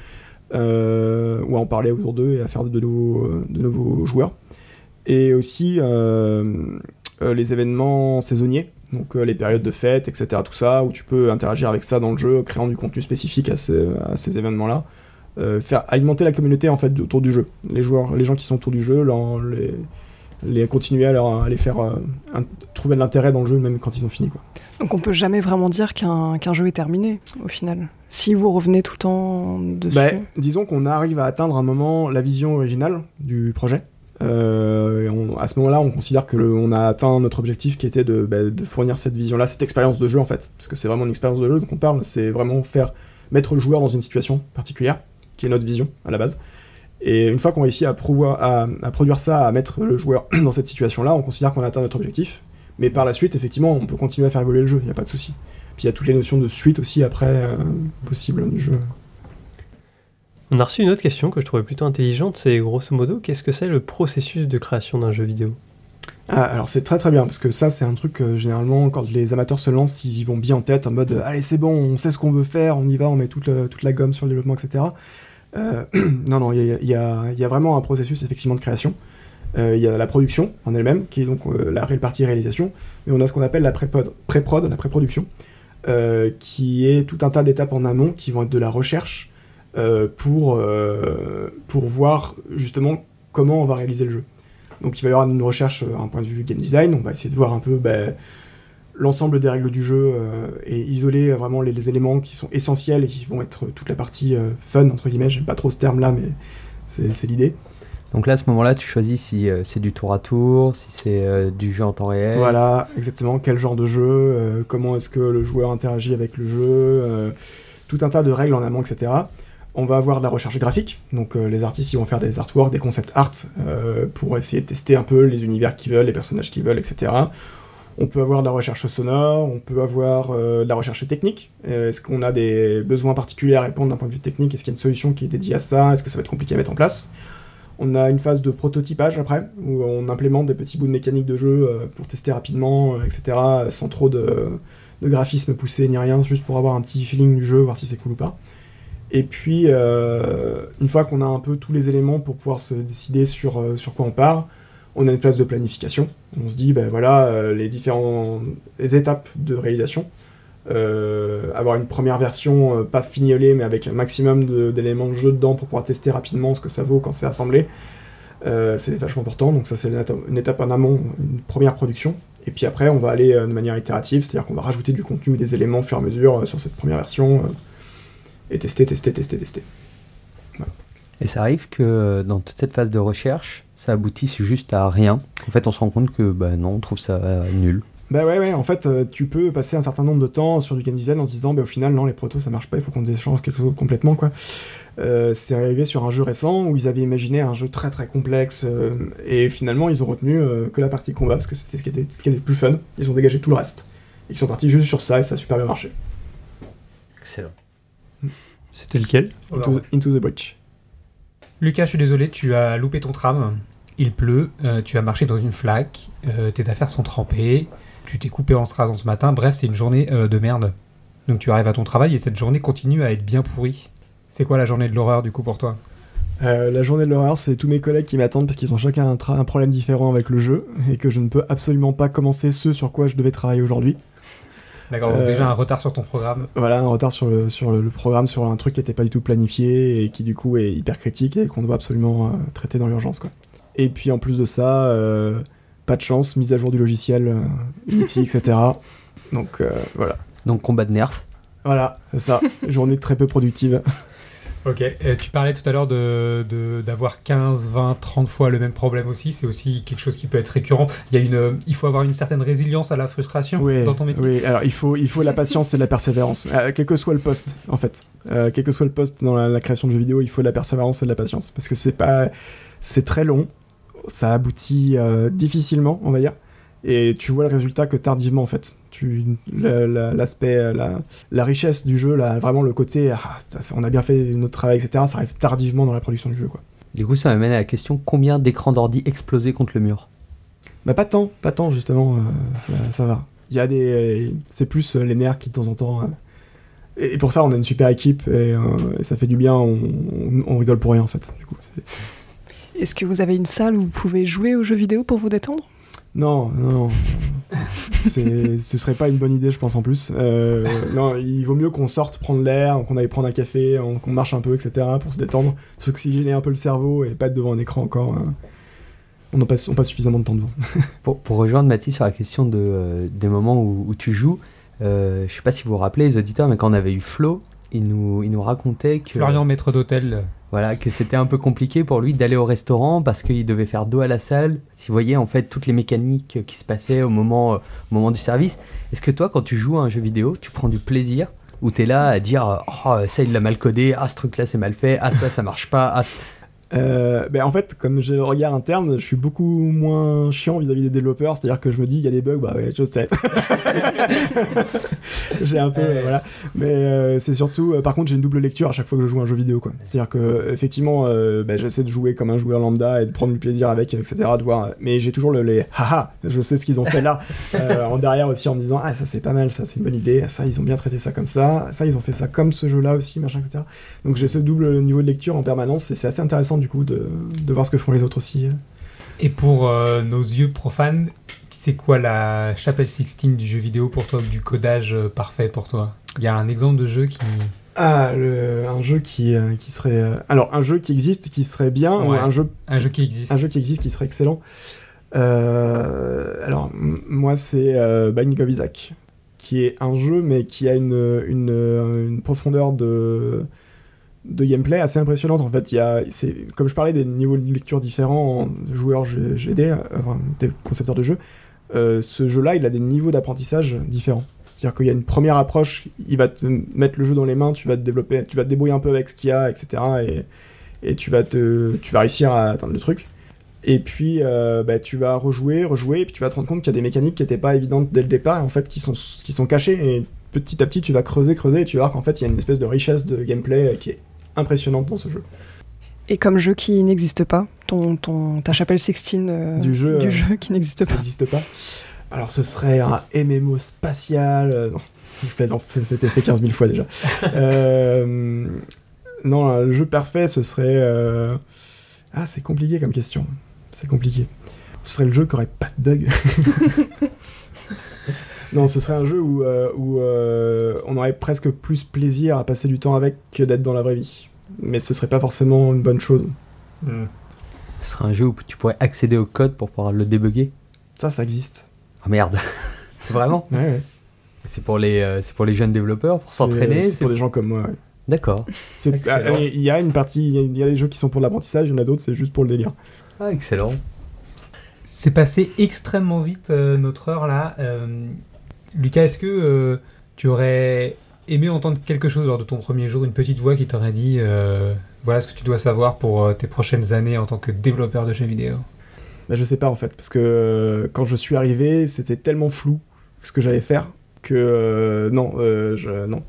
euh, ou à en parler autour d'eux et à faire de, de, nouveaux, de nouveaux joueurs. Et aussi euh, euh, les événements saisonniers, donc euh, les périodes de fête, et cetera, tout ça, où tu peux interagir avec ça dans le jeu, créant du contenu spécifique à ces, à ces événements-là. Euh, faire alimenter la communauté en fait autour du jeu. Les joueurs, les gens qui sont autour du jeu, leur, les, les continuer à, leur, à les faire euh, un, trouver de l'intérêt dans le jeu même quand ils ont fini, quoi. Donc on peut jamais vraiment dire qu'un, qu'un jeu est terminé au final. Si vous revenez tout le temps dessus. Bah, disons qu'on arrive à atteindre un moment la vision originale du projet. Euh, et on, à ce moment-là, on considère que le, on a atteint notre objectif qui était de, bah, de fournir cette vision-là, cette expérience de jeu en fait, parce que c'est vraiment une expérience de jeu dont on parle. C'est vraiment faire mettre le joueur dans une situation particulière, qui est notre vision à la base. Et une fois qu'on réussit à, prouvoir, à, à produire ça, à mettre le joueur dans cette situation-là, on considère qu'on a atteint notre objectif. Mais par la suite, effectivement, on peut continuer à faire évoluer le jeu, il n'y a pas de souci. Puis il y a toutes les notions de suite aussi après euh, possible du jeu. On a reçu une autre question que je trouvais plutôt intelligente, c'est grosso modo, qu'est-ce que c'est le processus de création d'un jeu vidéo ? Ah, alors c'est très très bien, parce que ça c'est un truc que généralement quand les amateurs se lancent, ils y vont bien en tête, en mode allez c'est bon, on sait ce qu'on veut faire, on y va, on met toute, le, toute la gomme sur le développement, et cetera. Euh, non, non, il y a, y, a, y a vraiment un processus effectivement de création. Il euh, y a la production en elle-même, qui est donc euh, la partie réalisation, et on a ce qu'on appelle la pré-prod, pré-prod la pré-production, euh, qui est tout un tas d'étapes en amont qui vont être de la recherche euh, pour, euh, pour voir justement comment on va réaliser le jeu. Donc il va y avoir une recherche à un point de vue game design, on va essayer de voir un peu bah, l'ensemble des règles du jeu euh, et isoler vraiment les, les éléments qui sont essentiels et qui vont être toute la partie euh, fun, entre guillemets, j'aime pas trop ce terme-là, mais c'est, c'est l'idée. Donc là, à ce moment-là, tu choisis si euh, c'est du tour à tour, si c'est euh, du jeu en temps réel. Voilà, exactement, quel genre de jeu, euh, comment est-ce que le joueur interagit avec le jeu, euh, tout un tas de règles en amont, et cetera. On va avoir de la recherche graphique, donc euh, les artistes ils vont faire des artworks, des concept art euh, pour essayer de tester un peu les univers qu'ils veulent, les personnages qu'ils veulent, et cetera. On peut avoir de la recherche sonore, on peut avoir euh, de la recherche technique. Euh, est-ce qu'on a des besoins particuliers à répondre d'un point de vue technique? Est-ce qu'il y a une solution qui est dédiée à ça? Est-ce que ça va être compliqué à mettre en place? On a une phase de prototypage après, où on implémente des petits bouts de mécanique de jeu euh, pour tester rapidement, euh, et cetera, sans trop de, de graphisme poussé ni rien, juste pour avoir un petit feeling du jeu, voir si c'est cool ou pas. Et puis, euh, une fois qu'on a un peu tous les éléments pour pouvoir se décider sur, euh, sur quoi on part, on a une phase de planification. On se dit, ben voilà, euh, les différentes les étapes de réalisation. Euh, avoir une première version, euh, pas fignolée, mais avec un maximum de, d'éléments de jeu dedans pour pouvoir tester rapidement ce que ça vaut quand c'est assemblé. Euh, c'est vachement important, donc ça c'est une étape, une étape en amont, une première production. Et puis après, on va aller euh, de manière itérative, c'est-à-dire qu'on va rajouter du contenu ou des éléments au fur et à mesure euh, sur cette première version. Euh, et tester, tester, tester, tester. Voilà. Et ça arrive que dans toute cette phase de recherche, ça aboutisse juste à rien. En fait, on se rend compte que bah non, on trouve ça euh, nul. Bah ouais, ouais, en fait, euh, tu peux passer un certain nombre de temps sur du game design en se disant, bah au final, non, les protos ça marche pas, il faut qu'on déchange quelque chose complètement, quoi. Euh, c'est arrivé sur un jeu récent où ils avaient imaginé un jeu très très complexe euh, et finalement, ils ont retenu euh, que la partie combat parce que c'était ce qui était, ce qui était le plus fun. Ils ont dégagé tout le reste. Et ils sont partis juste sur ça et ça a super bien marché. Excellent. C'était lequel? Into, Into the Breach. Lucas, je suis désolé, tu as loupé ton tram. Il pleut, euh, tu as marché dans une flaque, euh, tes affaires sont trempées, tu t'es coupé en strass ce matin. Bref, c'est une journée euh, de merde. Donc tu arrives à ton travail et cette journée continue à être bien pourrie. C'est quoi la journée de l'horreur du coup pour toi? Euh, la journée de l'horreur, c'est tous mes collègues qui m'attendent parce qu'ils ont chacun un, tra- un problème différent avec le jeu et que je ne peux absolument pas commencer ce sur quoi je devais travailler aujourd'hui. D'accord, donc Euh, déjà un retard sur ton programme. Voilà, un retard sur le, sur le, le programme, sur un truc qui n'était pas du tout planifié et qui du coup est hyper critique et qu'on doit absolument euh, traiter dans l'urgence, quoi. Et puis en plus de ça, euh, pas de chance, mise à jour du logiciel, euh, Unity, et cetera. Donc euh, voilà. Donc combat de nerfs. Voilà, c'est ça. Journée très peu productive. Ok, euh, tu parlais tout à l'heure de, de, d'avoir quinze, vingt, trente fois le même problème aussi. C'est aussi quelque chose qui peut être récurrent. Il, y a une, il faut avoir une certaine résilience à la frustration Oui, dans ton métier. oui. Alors il faut, il faut la patience et la persévérance, euh, quel que soit le poste en fait. Euh, quel que soit le poste dans la, la création de jeux vidéo, il faut de la persévérance et de la patience parce que c'est pas, c'est très long, ça aboutit euh, difficilement, on va dire. Et tu vois le résultat que tardivement en fait. Tu, la, la, l'aspect, la, la richesse du jeu, là, vraiment le côté, ah, on a bien fait notre travail, et cetera. Ça arrive tardivement dans la production du jeu, quoi. Du coup, ça m'amène à la question, combien d'écrans d'ordi explosés contre le mur? Bah pas tant, pas tant justement, euh, ça, ça va. Il y a des, euh, c'est plus euh, les nerfs qui de temps en temps. Euh, et, et pour ça, on a une super équipe et, euh, et ça fait du bien. On, on, on rigole pour rien en fait. Du coup, c'est... Est-ce que vous avez une salle où vous pouvez jouer aux jeux vidéo pour vous détendre? Non, non, non. C'est, ce serait pas une bonne idée, je pense, en plus. Euh, non, il vaut mieux qu'on sorte prendre l'air, qu'on aille prendre un café, on- qu'on marche un peu, et cetera, pour se détendre, s'oxygéner un peu le cerveau et pas être devant un écran encore. euh, on n'a pas, on passe suffisamment de temps devant. Pour, pour rejoindre Mathis sur la question de, euh, des moments où, où tu joues, euh, je sais pas si vous vous rappelez, les auditeurs, mais quand on avait eu Flo, il nous, il nous racontait que... Florian, maître d'hôtel. Voilà, que c'était un peu compliqué pour lui d'aller au restaurant parce qu'il devait faire dos à la salle. Si vous voyez en fait toutes les mécaniques qui se passaient au moment, euh, au moment du service. Est-ce que toi, quand tu joues à un jeu vidéo, tu prends du plaisir ou t'es là à dire oh, ça il l'a mal codé, ah ce truc là c'est mal fait, ah ça ça marche pas, ah, Euh, ben en fait, comme j'ai le regard interne, je suis beaucoup moins chiant vis-à-vis des développeurs, c'est-à-dire que je me dis, il y a des bugs, bah ouais, je sais. J'ai un peu, euh, voilà. Mais euh, c'est surtout, euh, par contre, j'ai une double lecture à chaque fois que je joue à un jeu vidéo, quoi. C'est-à-dire que, effectivement, euh, ben, j'essaie de jouer comme un joueur lambda et de prendre du plaisir avec, et cetera. De voir, mais j'ai toujours le, les haha, je sais ce qu'ils ont fait là, euh, en derrière aussi en me disant, ah, ça c'est pas mal, ça c'est une bonne idée, ça ils ont bien traité ça comme ça, ça ils ont fait ça comme ce jeu-là aussi, machin, et cetera. Donc j'ai ce double niveau de lecture en permanence et c'est assez intéressant du coup de, de voir ce que font les autres aussi. Et pour euh, nos yeux profanes, c'est quoi la chapelle sixteen du jeu vidéo pour toi, du codage euh, parfait pour toi? Il y a un exemple de jeu qui... Ah, le, un jeu qui, euh, qui serait... euh, alors, un jeu qui existe, qui serait bien, ou Ouais. un jeu, Un jeu qui existe. un jeu qui existe, qui serait excellent. Euh, alors, m- moi, c'est euh, Binding of Isaac, qui est un jeu, mais qui a une, une, une profondeur de... de gameplay assez impressionnante. En fait, il y a, c'est, comme je parlais des niveaux de lecture différents en joueurs G- GD, euh, enfin, des concepteurs de jeux, euh, ce jeu-là, il a des niveaux d'apprentissage différents. C'est-à-dire qu'il y a une première approche, il va te mettre le jeu dans les mains, tu vas te développer, tu vas te débrouiller un peu avec ce qu'il y a, et cetera. Et, et tu, vas te, tu vas réussir à atteindre le truc. Et puis euh, bah, tu vas rejouer, rejouer, et puis tu vas te rendre compte qu'il y a des mécaniques qui n'étaient pas évidentes dès le départ, et en fait qui sont, qui sont cachées, et petit à petit tu vas creuser, creuser, et tu vas voir qu'en fait il y a une espèce de richesse de gameplay qui est impressionnante dans ce jeu. Et comme jeu qui n'existe pas, ton, ton, ta chapelle sixteen euh, du, jeu, du euh, jeu qui n'existe pas. n'existe pas. Alors ce serait un M M O spatial, euh, non, je plaisante, c'était fait quinze mille fois déjà. euh, non, le jeu parfait ce serait... Euh... Ah, c'est compliqué comme question. C'est compliqué. Ce serait le jeu qui aurait pas de bug. Non, ce serait un jeu où, euh, où euh, on aurait presque plus plaisir à passer du temps avec que d'être dans la vraie vie. Mais ce serait pas forcément une bonne chose. Mm. Ce serait un jeu où tu pourrais accéder au code pour pouvoir le débugger. Ça, ça existe. Ah merde. Vraiment? Ouais, ouais. C'est pour les, euh, c'est pour les jeunes développeurs, pour C'est, s'entraîner. C'est, c'est pour des gens comme moi, ouais. D'accord. C'est, Excellent. ah, il y a une partie, il y a- il y a des jeux qui sont pour l'apprentissage, il y en a d'autres, c'est juste pour le délire. Ah, excellent. C'est passé extrêmement vite euh, notre heure là. Euh, Lucas, est-ce que euh, tu aurais aimé entendre quelque chose lors de ton premier jour, une petite voix qui t'aurait dit euh, voilà ce que tu dois savoir pour euh, tes prochaines années en tant que développeur de jeux vidéo? Bah, je sais pas en fait, parce que euh, quand je suis arrivé, c'était tellement flou ce que j'allais faire que euh, non, euh, je, non.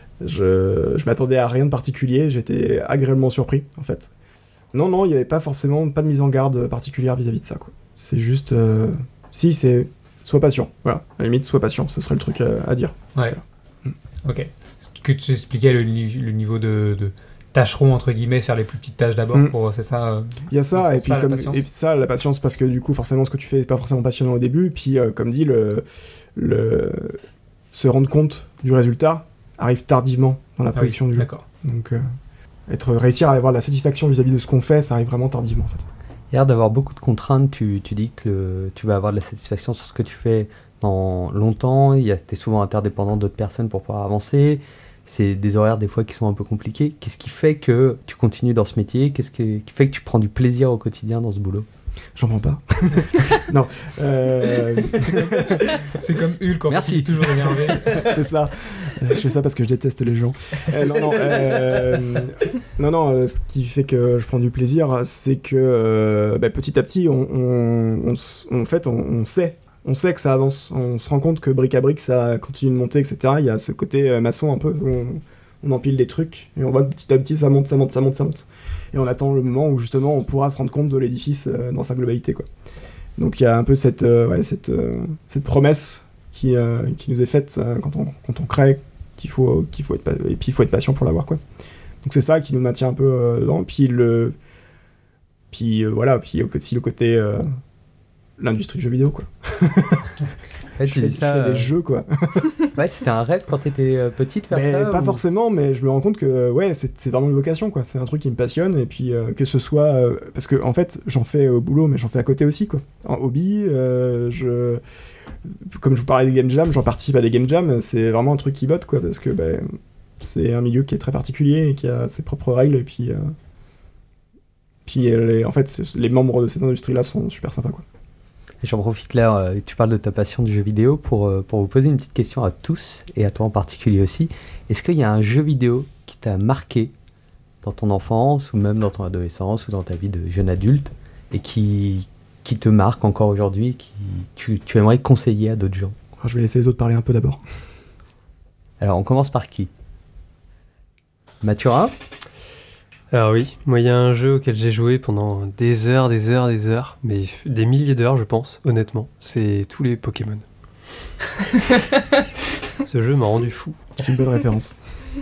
Je, je m'attendais à rien de particulier, j'étais agréablement surpris en fait. Non, non, il n'y avait pas forcément pas de mise en garde particulière vis-à-vis de ça, quoi. C'est juste. Euh, si, c'est. Sois patient, voilà. À la limite, sois patient, ce serait le truc à, à dire. dans ce Ouais. cas-là. Ok. Que tu expliquais le, ni- le niveau de, de tâcheron entre guillemets, faire les plus petites tâches d'abord Mm. pour c'est ça. euh, Il y a ça, Donc, et c'est puis, pas la comme, patience. et puis ça, la patience, parce que du coup, forcément, ce que tu fais n'est pas forcément passionnant au début, puis euh, comme dit, le, le, se rendre compte du résultat arrive tardivement dans la ah oui, production du jeu. D'accord. Donc, euh, être, réussir à avoir de la satisfaction vis-à-vis de ce qu'on fait, ça arrive vraiment tardivement, en fait. Il y a l'air d'avoir beaucoup de contraintes. Tu, tu dis que le- tu vas avoir de la satisfaction sur ce que tu fais dans longtemps. Tu es souvent interdépendant d'autres personnes pour pouvoir avancer. C'est des horaires des fois qui sont un peu compliqués. Qu'est-ce qui fait que tu continues dans ce métier? Qu'est-ce qui qui fait que tu prends du plaisir au quotidien dans ce boulot? J'en prends pas. Non. Euh... C'est comme Hulk, en fait, Merci. il est toujours énervé. c'est ça. Je fais ça parce que je déteste les gens. Euh, non, non, euh, non, non. euh, Ce qui fait que je prends du plaisir, c'est que euh, bah, petit à petit, on, on, on s- en fait, on, on sait, on sait que ça avance. On se rend compte que brique à brique, ça continue de monter, et cetera. Il y a ce côté euh, maçon un peu. Où on, on empile des trucs et on voit que petit à petit, ça monte, ça monte, ça monte, ça monte. Et on attend le moment où justement, on pourra se rendre compte de l'édifice euh, dans sa globalité, quoi. Donc il y a un peu cette, euh, ouais, cette, euh, cette promesse qui, euh, qui nous est faite euh, quand, on, quand on crée, qu'il faut, qu'il faut être, pa- et puis il faut être patient pour l'avoir, quoi. Donc c'est ça qui nous maintient un peu euh, dedans. Puis le, puis euh, voilà, puis aussi le côté euh, l'industrie du jeu vidéo, quoi. En fait, Je tu fais, dis je ça, fais euh, des jeux, quoi. Ouais, c'était un rêve quand t'étais euh, petite faire Mais ça pas ou- forcément, mais je me rends compte que ouais, c'est, c'est vraiment une vocation, quoi. C'est un truc qui me passionne, et puis euh, que ce soit euh, parce que en fait, j'en fais au boulot, mais j'en fais à côté aussi, quoi. En hobby, euh, je comme je vous parlais des game jams, j'en participe à des game jams. C'est vraiment un truc qui botte, quoi, parce que ben, c'est un milieu qui est très particulier et qui a ses propres règles, et puis euh, puis euh, les, en fait, c'est- les membres de cette industrie-là sont super sympas, quoi. Et j'en profite là, euh, tu parles de ta passion du jeu vidéo pour, euh, pour vous poser une petite question à tous, et à toi en particulier aussi. Est-ce qu'il y a un jeu vidéo qui t'a marqué dans ton enfance, ou même dans ton adolescence, ou dans ta vie de jeune adulte, et qui, qui te marque encore aujourd'hui, et qui tu, tu aimerais conseiller à d'autres gens? Alors, je vais laisser les autres parler un peu d'abord. Alors on commence par qui? Mathurin? Alors oui, moi il y a un jeu auquel j'ai joué pendant des heures, des heures, des heures, mais des milliers d'heures je pense, honnêtement. C'est tous les Pokémon. Ce jeu m'a rendu fou. C'est une bonne référence.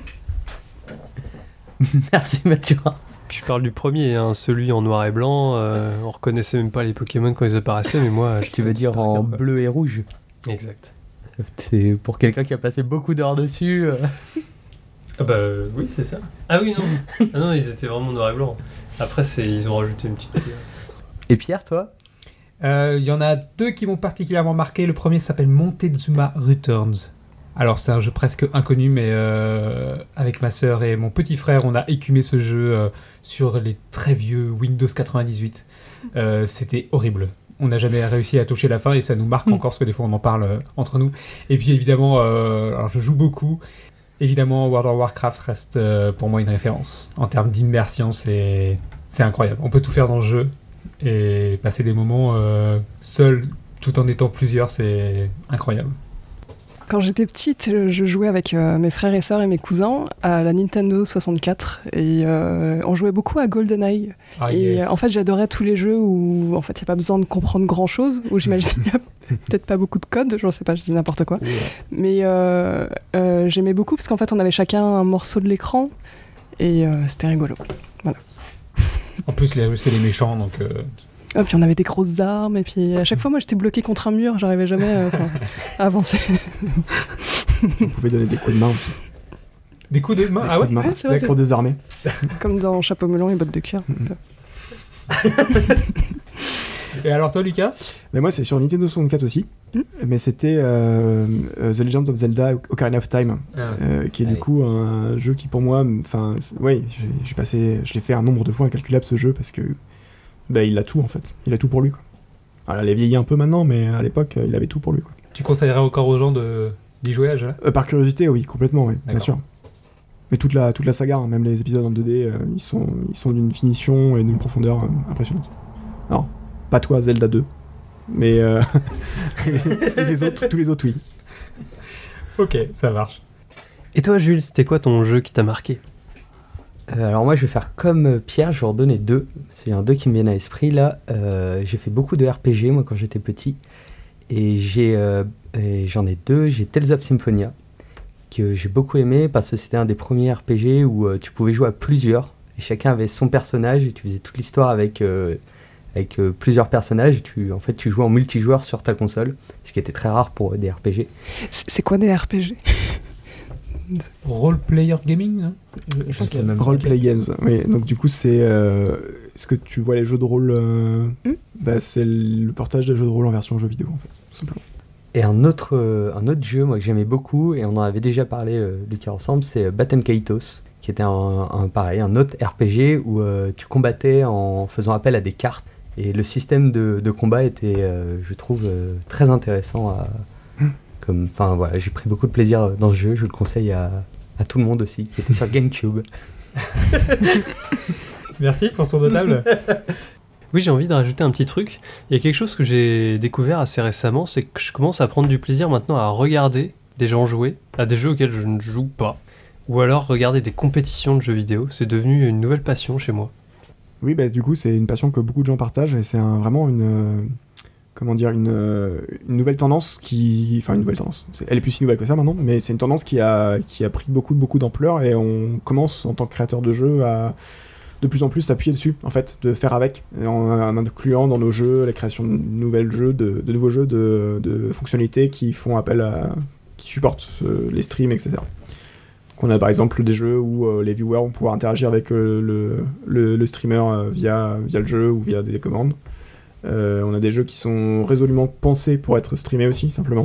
Merci Mathurin. Je parle du premier, hein, celui en noir et blanc. euh, on reconnaissait même pas les Pokémon quand ils apparaissaient, mais moi... je Tu veux dire par en cœur, quoi. bleu et rouge? Exact. C'est pour quelqu'un qui a passé beaucoup d'heures dessus. euh. Ah bah euh, oui, c'est ça. Ah oui, non. Ah non, ils étaient vraiment noir et blanc. Après, c'est, ils ont rajouté une petite couleur. Et Pierre, toi? Euh, Il y en a deux qui m'ont particulièrement marqué. Le premier s'appelle Montezuma Returns. Alors c'est un jeu presque inconnu, mais euh, avec ma sœur et mon petit frère, on a écumé ce jeu euh, sur les très vieux Windows quatre-vingt-dix-huit. Euh, c'était horrible. on n'a jamais réussi à toucher la fin et ça nous marque encore parce que des fois on en parle euh, entre nous. Et puis évidemment, euh, alors je joue beaucoup. Évidemment, World of Warcraft reste euh, pour moi une référence. En termes d'immersion, c'est, c'est incroyable. On peut tout faire dans le jeu et passer des moments euh, seuls tout en étant plusieurs, c'est incroyable. Quand j'étais petite, je jouais avec euh, mes frères et sœurs et mes cousins à la Nintendo soixante-quatre et euh, on jouait beaucoup à GoldenEye. Ah, et yes. euh, en fait, j'adorais tous les jeux où en fait, il n'y a pas besoin de comprendre grand-chose, où j'imagine qu'il n'y a peut-être pas beaucoup de code, je ne sais pas, je dis n'importe quoi. Ouais. Mais euh, euh, j'aimais beaucoup parce qu'en fait, on avait chacun un morceau de l'écran et euh, c'était rigolo. En plus, les- c'est les méchants, donc euh, Et puis on avait des grosses armes et puis à chaque fois, moi, j'étais bloquée contre un mur, j'arrivais jamais euh, enfin, à avancer. Vous pouvez donner des coups de main aussi. des coups de main. Des Ah coups ouais de main Ouais, c'est vrai pour désarmer. Comme dans Chapeau melon et bottes de cuir. Et alors toi, Lucas? Mais moi, c'est sur Nintendo soixante-quatre aussi. Mm. Mais c'était euh, euh, The Legend of Zelda Ocarina of Time, euh, qui est du Ouais. coup un jeu qui, pour moi, enfin, ouais, j'ai, j'ai passé, je l'ai fait un nombre de fois incalculable ce jeu parce que, bah, il a tout en fait. Il a tout pour lui, quoi. Alors, il a vieilli un peu maintenant, mais à l'époque, il avait tout pour lui, quoi. Tu conseillerais encore aux gens de, d'y jouer à ce jeu-là? Euh, par curiosité, oui, complètement, oui, bien D'accord. sûr. Mais toute la, toute la saga, hein, même les épisodes en deux D, euh, ils, sont, ils sont d'une finition et d'une profondeur euh, impressionnante. Alors, pas toi, Zelda deux, mais euh, les autres, tous les autres, oui. Ok, ça marche. Et toi, Jules, c'était quoi ton jeu qui t'a marqué? Euh, alors moi je vais faire comme euh, Pierre, je vais en donner deux. C'est un deux qui me viennent à l'esprit là. Euh, j'ai fait beaucoup de R P G moi quand j'étais petit. Et, j'ai, euh, et j'en ai deux. J'ai Tales of Symphonia, que j'ai beaucoup aimé parce que c'était un des premiers R P G où euh, tu pouvais jouer à plusieurs. Et chacun avait son personnage et tu faisais toute l'histoire avec, euh, avec euh, plusieurs personnages. Et tu, en fait tu jouais en multijoueur sur ta console, ce qui était très rare pour euh, des R P G. C'est c'est quoi des R P G? Role player gaming, hein? Je sais même Role play games, oui. Donc du coup, c'est euh, est-ce que tu vois les jeux de rôle euh, Mm. bah, c'est le portage des jeux de rôle en version jeu vidéo, en fait, tout simplement. Et un autre, euh, un autre jeu moi, que j'aimais beaucoup, et on en avait déjà parlé, euh, Lucas, ensemble, c'est euh, Batten Kaitos, qui était un, un, pareil, un autre R P G où euh, tu combattais en faisant appel à des cartes. Et le système de, de combat était, euh, je trouve, euh, très intéressant. À, Mm. comme, enfin, voilà, j'ai pris beaucoup de plaisir dans ce jeu, je le conseille à, à tout le monde aussi, qui était sur GameCube. Merci pour son notable. Oui, j'ai envie de rajouter un petit truc. Il y a quelque chose que j'ai découvert assez récemment, c'est que je commence à prendre du plaisir maintenant à regarder des gens jouer à des jeux auxquels je ne joue pas. Ou alors regarder des compétitions de jeux vidéo. C'est devenu une nouvelle passion chez moi. Oui, bah, du coup, c'est une passion que beaucoup de gens partagent et c'est un, vraiment une, euh, comment dire, une, euh, une nouvelle tendance qui, enfin une nouvelle tendance. C'est- Elle est plus si nouvelle que ça maintenant, mais c'est une tendance qui a, qui a pris beaucoup, beaucoup d'ampleur et on commence en tant que créateur de jeux à de plus en plus s'appuyer dessus, en fait, de faire avec, en, en incluant dans nos jeux la création de nouvelles jeux, de, de nouveaux jeux, de, de fonctionnalités qui font appel à, qui supportent euh, les streams, et cetera. Donc on a par exemple des jeux où euh, les viewers vont pouvoir interagir avec euh, le, le, le streamer euh, via, via le jeu ou via des commandes. Euh, on a des jeux qui sont résolument pensés pour être streamés aussi, simplement.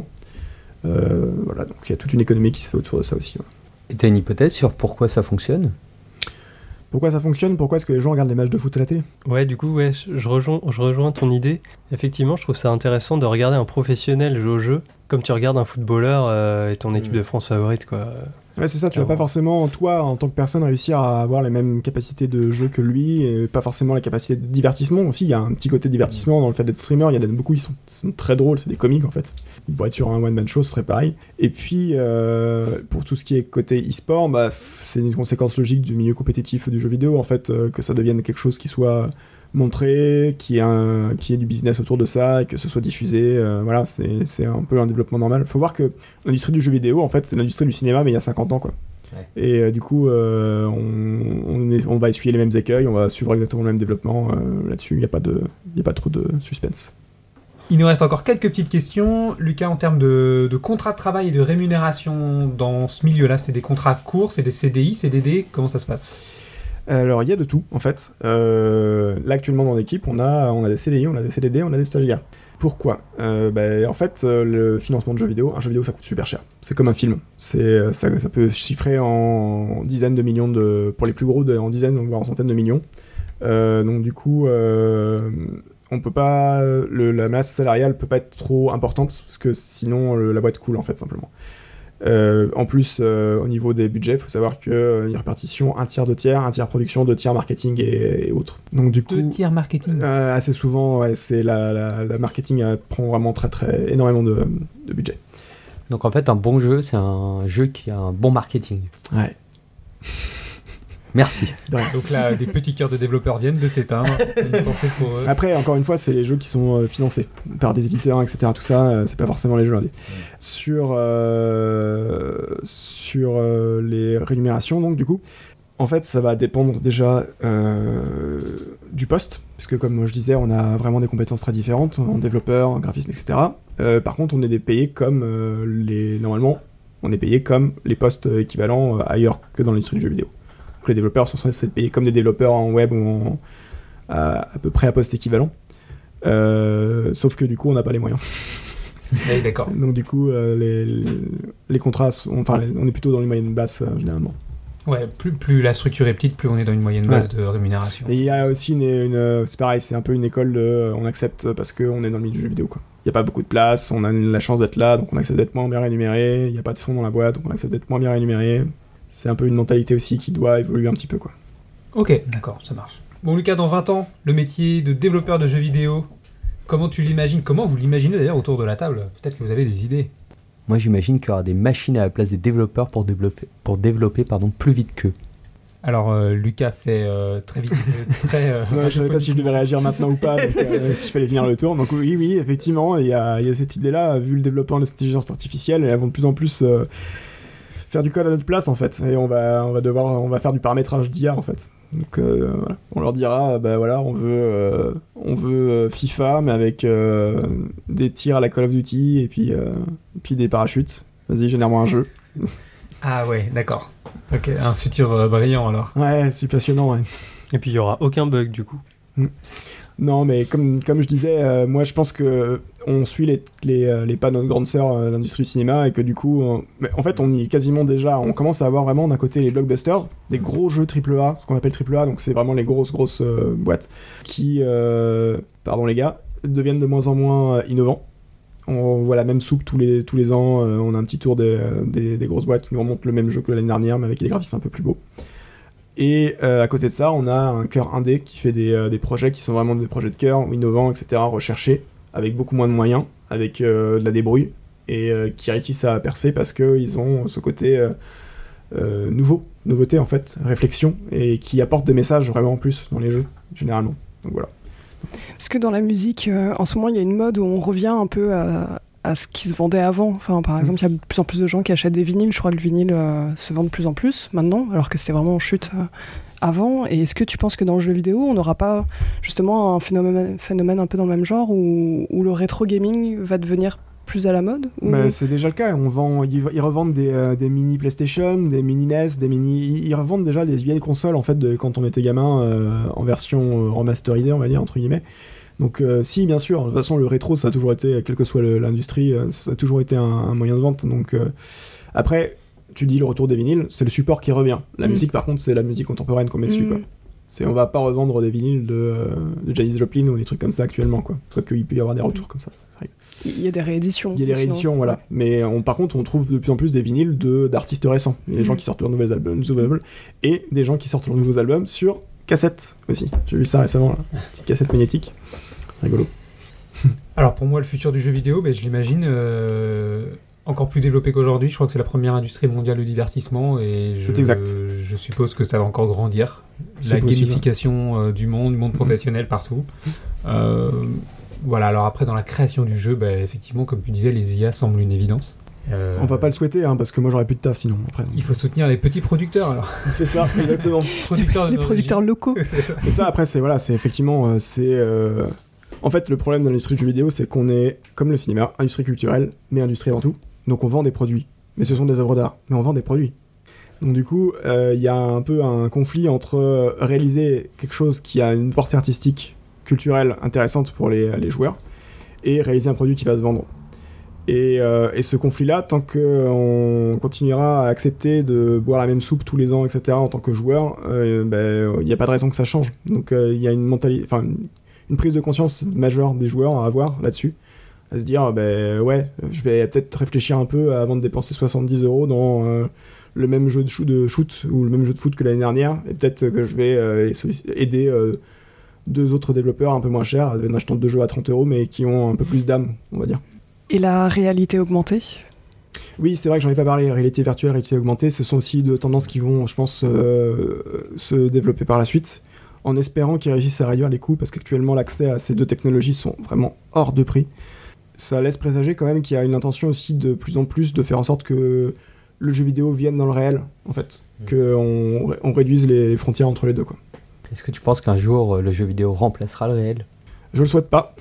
Euh, voilà, donc il y a toute une économie qui se fait autour de ça aussi. Ouais. Et t'as une hypothèse sur pourquoi ça fonctionne? Pourquoi ça fonctionne? Pourquoi est-ce que les gens regardent les matchs de foot à la télé? Ouais, du coup, ouais, je je rejoins, je rejoins ton idée. Effectivement, je trouve ça intéressant de regarder un professionnel jouer au jeu, comme tu regardes un footballeur euh, et ton équipe Mm. de France favorite, quoi. Ouais, c'est ça, tu vas Clairement. pas forcément, toi, en tant que personne, réussir à avoir les mêmes capacités de jeu que lui, et pas forcément la capacité de divertissement aussi. Il y a un petit côté divertissement dans le fait d'être streamer, il y en a beaucoup qui sont, sont très drôles, c'est des comiques en fait. Ils pourraient être sur un one-man show, ce serait pareil. Et puis, euh, pour tout ce qui est côté e-sport, bah, pff, c'est une conséquence logique du milieu compétitif du jeu vidéo, en fait, euh, que ça devienne quelque chose qui soit montré, qui ait, un, qui ait du business autour de ça, et que ce soit diffusé. Euh, voilà, c'est c'est un peu un développement normal. Faut voir que l'industrie du jeu vidéo, en fait, c'est l'industrie du cinéma, mais il y a cinquante ans, quoi. Ouais. Et euh, du coup, euh, on, on, est- on va essuyer les mêmes écueils, on va suivre exactement le même développement. euh, Là-dessus, il n'y a, pas de- il y a pas trop de suspense. Il nous reste encore quelques petites questions. Lucas, en termes de, de contrat de travail et de rémunération dans ce milieu-là, c'est des contrats courts, c'est des C D I, C D D, comment ça se passe? Alors, il y a de tout, en fait. Euh, là, actuellement, dans l'équipe, on a, on a des C D I, on a des C D D, on a des stagiaires. Pourquoi? euh, bah, En fait, euh, le financement de jeux vidéo, un jeu vidéo, ça coûte super cher. C'est comme un film. C'est, euh, ça, ça peut se chiffrer en dizaines de millions de... Pour les plus gros, de- en dizaines, voire en centaines de millions. Euh, donc, du coup, euh, on peut pas, le, la masse salariale peut pas être trop importante parce que sinon le, la boîte coule en fait simplement. Euh, en plus, euh, au niveau des budgets, il faut savoir qu'il euh, y a une répartition un tiers, deux tiers, un tiers production, deux tiers marketing et, et autres. Donc du coup, Deux tiers marketing. euh, assez souvent, ouais, c'est la, la, la marketing euh, prend vraiment très très énormément de, de budget. Donc en fait, un bon jeu, c'est un jeu qui a un bon marketing. Ouais. Merci. Donc là, des petits cœurs de développeurs viennent de s'éteindre. Une pensée pour eux. Après, encore une fois, c'est les jeux qui sont euh, financés par des éditeurs, et cetera. Tout ça, euh, c'est pas forcément les jeux indés. Mmh. Sur, euh, sur euh, les rémunérations, donc, du coup, en fait, ça va dépendre déjà euh, du poste, parce que, comme je disais, on a vraiment des compétences très différentes, en développeur, en graphisme, et cetera. Euh, par contre, on est des payés comme euh, les... Normalement, on est payés comme les postes équivalents euh, ailleurs que dans l'industrie du jeu vidéo. Les développeurs sont censés être payés comme des développeurs en web ou en, à, à peu près à poste équivalent. Euh, sauf que du coup, on n'a pas les moyens. Oui, d'accord. Donc du coup, euh, les, les, les contrats, sont, enfin, les, on est plutôt dans les moyennes basses euh, généralement. Ouais, plus, plus la structure est petite, plus on est dans une moyenne basse ouais. de rémunération. Et il y a aussi une, une, c'est pareil, c'est un peu une école de, on accepte parce qu'on est dans le milieu du jeu vidéo, quoi. Il n'y a pas beaucoup de place, on a la chance d'être là, donc on accepte d'être moins bien rémunéré. Il n'y a pas de fonds dans la boîte, donc on accepte d'être moins bien rémunéré. C'est un peu une mentalité aussi qui doit évoluer un petit peu, quoi. Ok, d'accord, ça marche. Bon Lucas, dans vingt ans, le métier de développeur de jeux vidéo, comment tu l'imagines? Comment vous l'imaginez d'ailleurs autour de la table? Peut-être que vous avez des idées. Moi j'imagine qu'il y aura des machines à la place des développeurs pour développer, pour développer pardon, plus vite qu'eux. Alors euh, Lucas fait euh, très vite, euh, très... Euh, ouais, je ne sais pas si je devais réagir maintenant ou pas, donc, euh, s'il fallait finir le tour. Donc oui, oui, effectivement, il y a, y a cette idée-là, vu le développement de l'intelligence artificielle, elles vont de plus en plus... Euh, faire du code à notre place en fait, et on va on va devoir on va faire du paramétrage d'I A en fait. Donc euh, voilà. On leur dira bah voilà, on veut euh, on veut euh, FIFA mais avec euh, des tirs à la Call of Duty et puis euh, et puis des parachutes. Vas-y, génère-moi un jeu. Ah ouais, d'accord. OK, un futur euh, brillant alors. Ouais, c'est passionnant, ouais. Et puis il y aura aucun bug du coup. Mm. Non, mais comme, comme je disais, euh, moi je pense que on suit les, les, les pas de notre grande sœur, euh, l'industrie du cinéma, et que du coup, on... mais en fait, on y est quasiment déjà. On commence à avoir vraiment d'un côté les blockbusters, des gros jeux triple A, ce qu'on appelle triple A, donc c'est vraiment les grosses, grosses euh, boîtes, qui, euh, pardon les gars, deviennent de moins en moins innovants. On voit la même soupe tous les, tous les ans, euh, on a un petit tour des, des, des grosses boîtes qui nous remontent le même jeu que l'année dernière, mais avec des graphismes un peu plus beaux. Et euh, à côté de ça, on a un cœur indé qui fait des, euh, des projets qui sont vraiment des projets de cœur, innovants, et cetera, recherchés, avec beaucoup moins de moyens, avec euh, de la débrouille, et euh, qui réussissent à percer parce qu'ils ont ce côté euh, euh, nouveau, nouveauté en fait, réflexion, et qui apportent des messages vraiment en plus dans les jeux, généralement. Donc voilà. Parce que dans la musique, euh, en ce moment, il y a une mode où on revient un peu à... à ce qui se vendait avant. Enfin, par exemple, il y a de plus en plus de gens qui achètent des vinyles. Je crois que le vinyle euh, se vend de plus en plus maintenant, alors que c'était vraiment en chute euh, avant. Et est-ce que tu penses que dans le jeu vidéo, on n'aura pas justement un phénomène, phénomène un peu dans le même genre où, où le rétro gaming va devenir plus à la mode ou... bah, c'est déjà le cas. On vend, ils, ils revendent des, euh, des mini PlayStation, des mini N E S, des mini... Ils revendent déjà les vieilles consoles en fait, de, quand on était gamin, euh, en version euh, remasterisée, on va dire, entre guillemets. Donc euh, si, bien sûr, de toute façon le rétro ça a toujours été, quelle que soit le, l'industrie, euh, ça a toujours été un, un moyen de vente. Donc euh, après, tu dis le retour des vinyles, c'est le support qui revient. La mmh. musique par contre c'est la musique contemporaine qu'on met dessus, mmh. quoi. C'est, on va pas revendre des vinyles de, euh, de Janis Joplin ou des trucs comme ça actuellement, quoi. Quoique il peut y avoir des retours comme ça. ça il y a des rééditions. Il y a des rééditions, sinon, voilà. Ouais. Mais on, par contre on trouve de plus en plus des vinyles de, d'artistes récents. Il y a des mmh. gens qui sortent leurs nouveaux albums, nouveaux albums et des gens qui sortent leurs nouveaux albums sur cassette aussi. J'ai vu ça récemment, là. Petite cassette magnétique. Rigolo. Alors pour moi, le futur du jeu vidéo, ben, je l'imagine euh, encore plus développé qu'aujourd'hui. Je crois que c'est la première industrie mondiale de divertissement et je, c'est exact. je suppose que ça va encore grandir. C'est la possible. Gamification euh, du monde, du monde professionnel mmh. partout. Euh, voilà, alors après, dans la création du jeu, ben, effectivement, comme tu disais, les I A semblent une évidence. Euh... On va pas le souhaiter, hein, parce que moi j'aurais plus de taf sinon. Après. Il faut soutenir les petits producteurs alors. C'est ça, exactement. producteurs les producteurs locaux. Et ça après c'est voilà, c'est effectivement euh, c'est euh... en fait le problème de l'industrie du jeu vidéo c'est qu'on est comme le cinéma, industrie culturelle, mais industrie avant tout. Donc on vend des produits, mais ce sont des œuvres d'art, mais on vend des produits. Donc du coup il euh, y a un peu un conflit entre réaliser quelque chose qui a une portée artistique, culturelle intéressante pour les, les joueurs et réaliser un produit qui va se vendre. Et, euh, et ce conflit-là, tant qu'on continuera à accepter de boire la même soupe tous les ans, et cetera, en tant que joueur, il euh, n'y ben, a pas de raison que ça change. Donc il euh, y a une, mentali- une une prise de conscience majeure des joueurs à avoir là-dessus, à se dire ben ouais, je vais peut-être réfléchir un peu avant de dépenser soixante-dix euros dans euh, le même jeu de shoot, de shoot ou le même jeu de foot que l'année dernière, et peut-être que je vais euh, aider euh, deux autres développeurs un peu moins chers en achetant deux jeux à trente euros mais qui ont un peu plus d'âme, on va dire. Et la réalité augmentée ? Oui, c'est vrai que j'en ai pas parlé. Réalité virtuelle, réalité augmentée, ce sont aussi deux tendances qui vont, je pense, euh, se développer par la suite, en espérant qu'ils réussissent à réduire les coûts, parce qu'actuellement, l'accès à ces deux technologies sont vraiment hors de prix. Ça laisse présager quand même qu'il y a une intention aussi de plus en plus de faire en sorte que le jeu vidéo vienne dans le réel, en fait, mmh. qu'on on réduise les frontières entre les deux, quoi. Est-ce que tu penses qu'un jour, le jeu vidéo remplacera le réel ? Je le souhaite pas.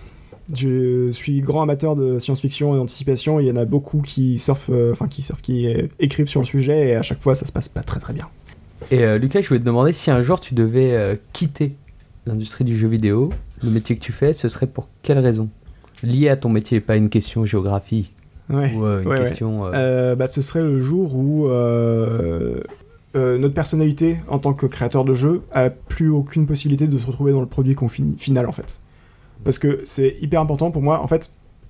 Je suis grand amateur de science-fiction et d'anticipation, et il y en a beaucoup qui surfent, euh, enfin qui surfent, qui euh, écrivent sur le sujet, et à chaque fois ça se passe pas très très bien. Et euh, Lucas, je voulais te demander si un jour tu devais euh, quitter l'industrie du jeu vidéo, le métier que tu fais, ce serait pour quelle raison ? Lié à ton métier, pas une question géographique ouais, ou euh, une ouais, question. Ouais. Euh... Euh, bah, ce serait le jour où euh, euh, notre personnalité en tant que créateur de jeu a plus aucune possibilité de se retrouver dans le produit confini- final en fait. Parce que c'est hyper important pour moi, en fait,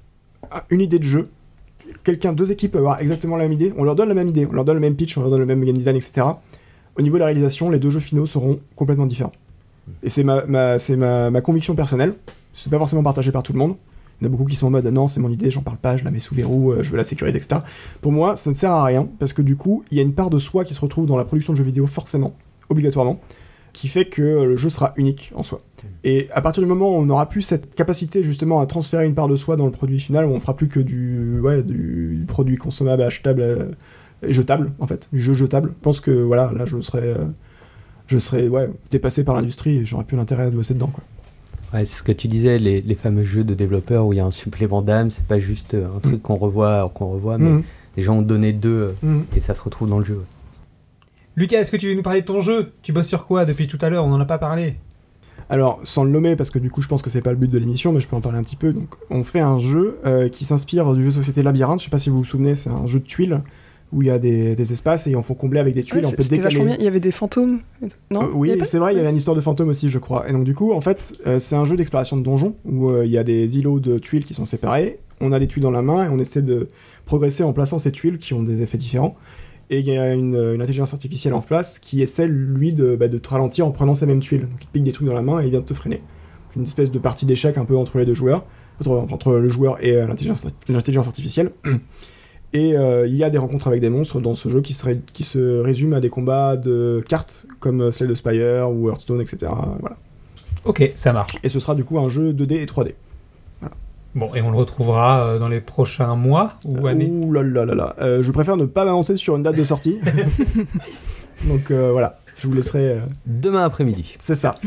une idée de jeu, quelqu'un, deux équipes peuvent avoir exactement la même idée, on leur donne la même idée, on leur donne le même pitch, on leur donne le même game design, et cetera. Au niveau de la réalisation, les deux jeux finaux seront complètement différents. Et c'est ma, ma, c'est ma, ma conviction personnelle, c'est pas forcément partagé par tout le monde. Il y en a beaucoup qui sont en mode, non, c'est mon idée, j'en parle pas, je la mets sous verrou, je veux la sécuriser, et cetera. Pour moi, ça ne sert à rien, parce que du coup, il y a une part de soi qui se retrouve dans la production de jeux vidéo, forcément, obligatoirement, qui fait que le jeu sera unique en soi. Et à partir du moment où on n'aura plus cette capacité justement à transférer une part de soi dans le produit final, où on fera plus que du, ouais, du produit consommable, achetable euh, et jetable, en fait, du jeu jetable, je pense que voilà, là je serais, euh, je serais ouais, dépassé par l'industrie et j'aurais plus l'intérêt à bosser dedans, quoi. Ouais, c'est ce que tu disais, les, les fameux jeux de développeurs où il y a un supplément d'âme, c'est pas juste un truc mmh. qu'on revoit, qu'on revoit, mais mmh. les gens ont donné deux mmh. et ça se retrouve dans le jeu. Lucas, est-ce que tu veux nous parler de ton jeu ? Tu bosses sur quoi depuis tout à l'heure ? On n'en a pas parlé. Alors, sans le nommer, parce que du coup, je pense que c'est pas le but de l'émission, mais je peux en parler un petit peu. Donc, on fait un jeu euh, qui s'inspire du jeu de société Labyrinthe. Je sais pas si vous vous souvenez, c'est un jeu de tuiles où il y a des, des espaces et on faut combler avec des tuiles. Ouais, on peut c'était décaler. Vachement bien. Il y avait des fantômes. Non euh, Oui, c'est vrai, il y avait une histoire de fantômes aussi, je crois. Et donc, du coup, en fait, euh, c'est un jeu d'exploration de donjons où euh, il y a des îlots de tuiles qui sont séparés. On a les tuiles dans la main et on essaie de progresser en plaçant ces tuiles qui ont des effets différents. Et il y a une, une intelligence artificielle en place qui essaie, lui, de, bah, de te ralentir en prenant ces mêmes tuiles. Donc il te pique des trucs dans la main et il vient de te freiner. Une espèce de partie d'échec un peu entre les deux joueurs, entre, entre le joueur et euh, l'intelligence, l'intelligence artificielle. Et euh, il y a des rencontres avec des monstres dans ce jeu qui, serait, qui se résument à des combats de cartes, comme Slay the Spire ou Hearthstone, et cetera. Voilà. Ok, ça marche. Et ce sera du coup un jeu deux D et trois D. Bon, et on le retrouvera dans les prochains mois ou années. Ouh là là là là. Euh, je préfère ne pas m'avancer sur une date de sortie. Donc euh, voilà, je vous laisserai... Euh... Demain après-midi. C'est ça.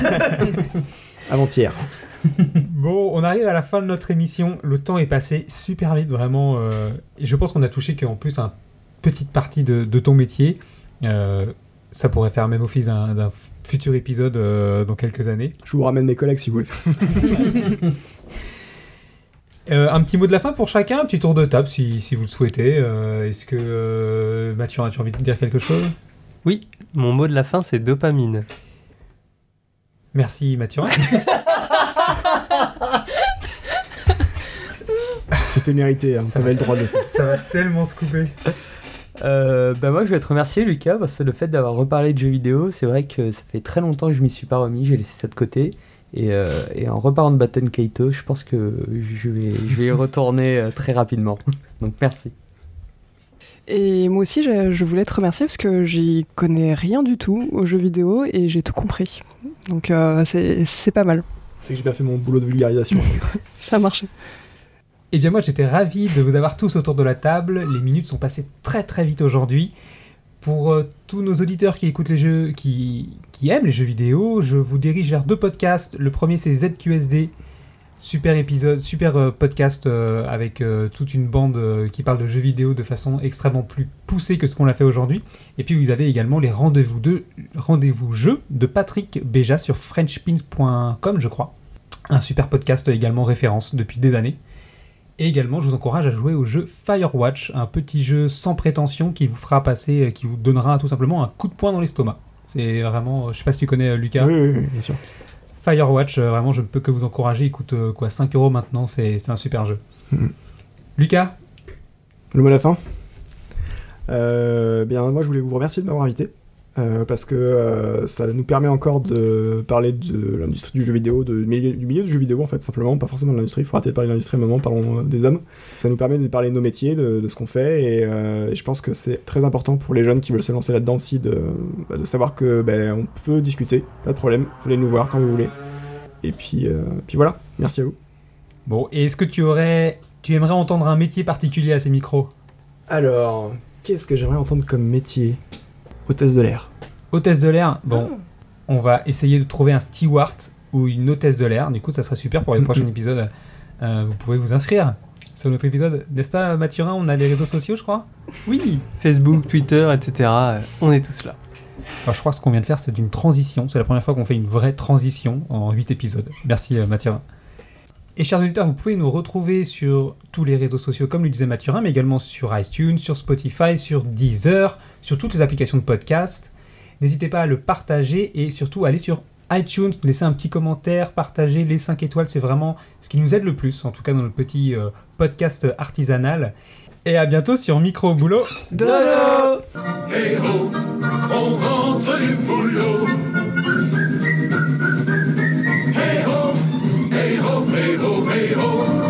Avant-hier. Bon, on arrive à la fin de notre émission. Le temps est passé super vite, vraiment. Euh... Et je pense qu'on a touché qu'en plus une petite partie de, de ton métier. Euh... Ça pourrait faire même office d'un, d'un futur épisode euh, dans quelques années. Je vous ramène mes collègues si vous voulez. Euh, un petit mot de la fin pour chacun, un petit tour de table si, si vous le souhaitez. Euh, est-ce que euh, Mathieu, as-tu envie de dire quelque chose ? Oui, mon mot de la fin c'est dopamine. Merci Mathieu. C'était mérité, hein, t'avais le droit de le faire. Ça va tellement se couper. Euh, bah moi je vais te remercier Lucas parce que le fait d'avoir reparlé de jeux vidéo, c'est vrai que ça fait très longtemps que je m'y suis pas remis, j'ai laissé ça de côté. Et, euh, et en reparlant de Baton Kaitos, je pense que je vais, je vais y retourner euh, très rapidement. Donc merci. Et moi aussi, je, je voulais te remercier parce que j'y connais rien du tout aux jeux vidéo et j'ai tout compris. Donc euh, c'est, c'est pas mal. C'est que j'ai bien fait mon boulot de vulgarisation. Ça a marché. Eh bien moi j'étais ravi de vous avoir tous autour de la table. Les minutes sont passées très très vite aujourd'hui. Pour euh, tous nos auditeurs qui écoutent les jeux, qui, qui aiment les jeux vidéo, je vous dirige vers deux podcasts. Le premier c'est Z Q S D, super épisode, super euh, podcast euh, avec euh, toute une bande euh, qui parle de jeux vidéo de façon extrêmement plus poussée que ce qu'on l'a fait aujourd'hui. Et puis vous avez également les rendez-vous, de, rendez-vous jeux de Patrick Béja sur frenchpins point com je crois. Un super podcast également référence depuis des années. Et également, je vous encourage à jouer au jeu Firewatch, un petit jeu sans prétention qui vous fera passer, qui vous donnera tout simplement un coup de poing dans l'estomac. C'est vraiment, je sais pas si tu connais Lucas. Oui, oui, oui, bien sûr. Firewatch, euh, vraiment, je ne peux que vous encourager. Il coûte euh, quoi, cinq euros maintenant, c'est, c'est un super jeu. Mm-hmm. Lucas ? Le mot à la fin. Euh, bien, moi, je voulais vous remercier de m'avoir invité. Euh, parce que euh, ça nous permet encore de parler de l'industrie du jeu vidéo, de, du milieu du jeu vidéo en fait, simplement, pas forcément de l'industrie, il faut arrêter de parler de l'industrie à un moment, parlons des hommes. Ça nous permet de parler de nos métiers, de, de ce qu'on fait, et, euh, et je pense que c'est très important pour les jeunes qui veulent se lancer là-dedans aussi, de, bah, de savoir que ben, on peut discuter, pas de problème, vous venez nous voir quand vous voulez. Et puis, euh, puis voilà, merci à vous. Bon, et est-ce que tu aurais, tu aimerais entendre un métier particulier à ces micros ? Alors, qu'est-ce que j'aimerais entendre comme métier ? Hôtesse de l'air. Hôtesse de l'air, bon, oh. On va essayer de trouver un steward ou une hôtesse de l'air. Du coup, ça serait super pour les prochains épisodes. Euh, vous pouvez vous inscrire sur notre épisode, n'est-ce pas, Mathurin ? On a les réseaux sociaux, je crois ? Oui, Facebook, Twitter, et cetera. On est tous là. Alors, je crois que ce qu'on vient de faire, c'est une transition. C'est la première fois qu'on fait une vraie transition en huit épisodes. Merci, euh, Mathurin. Et chers auditeurs, vous pouvez nous retrouver sur tous les réseaux sociaux, comme le disait Mathurin, mais également sur iTunes, sur Spotify, sur Deezer, sur toutes les applications de podcast. N'hésitez pas à le partager et surtout aller sur iTunes, laisser un petit commentaire, partager les cinq étoiles, c'est vraiment ce qui nous aide le plus, en tout cas dans le petit euh, podcast artisanal. Et à bientôt sur Micro Boulot Dodo. Hey ho, on rentre du boulot. Hey ho, hey ho, hey ho, hey ho.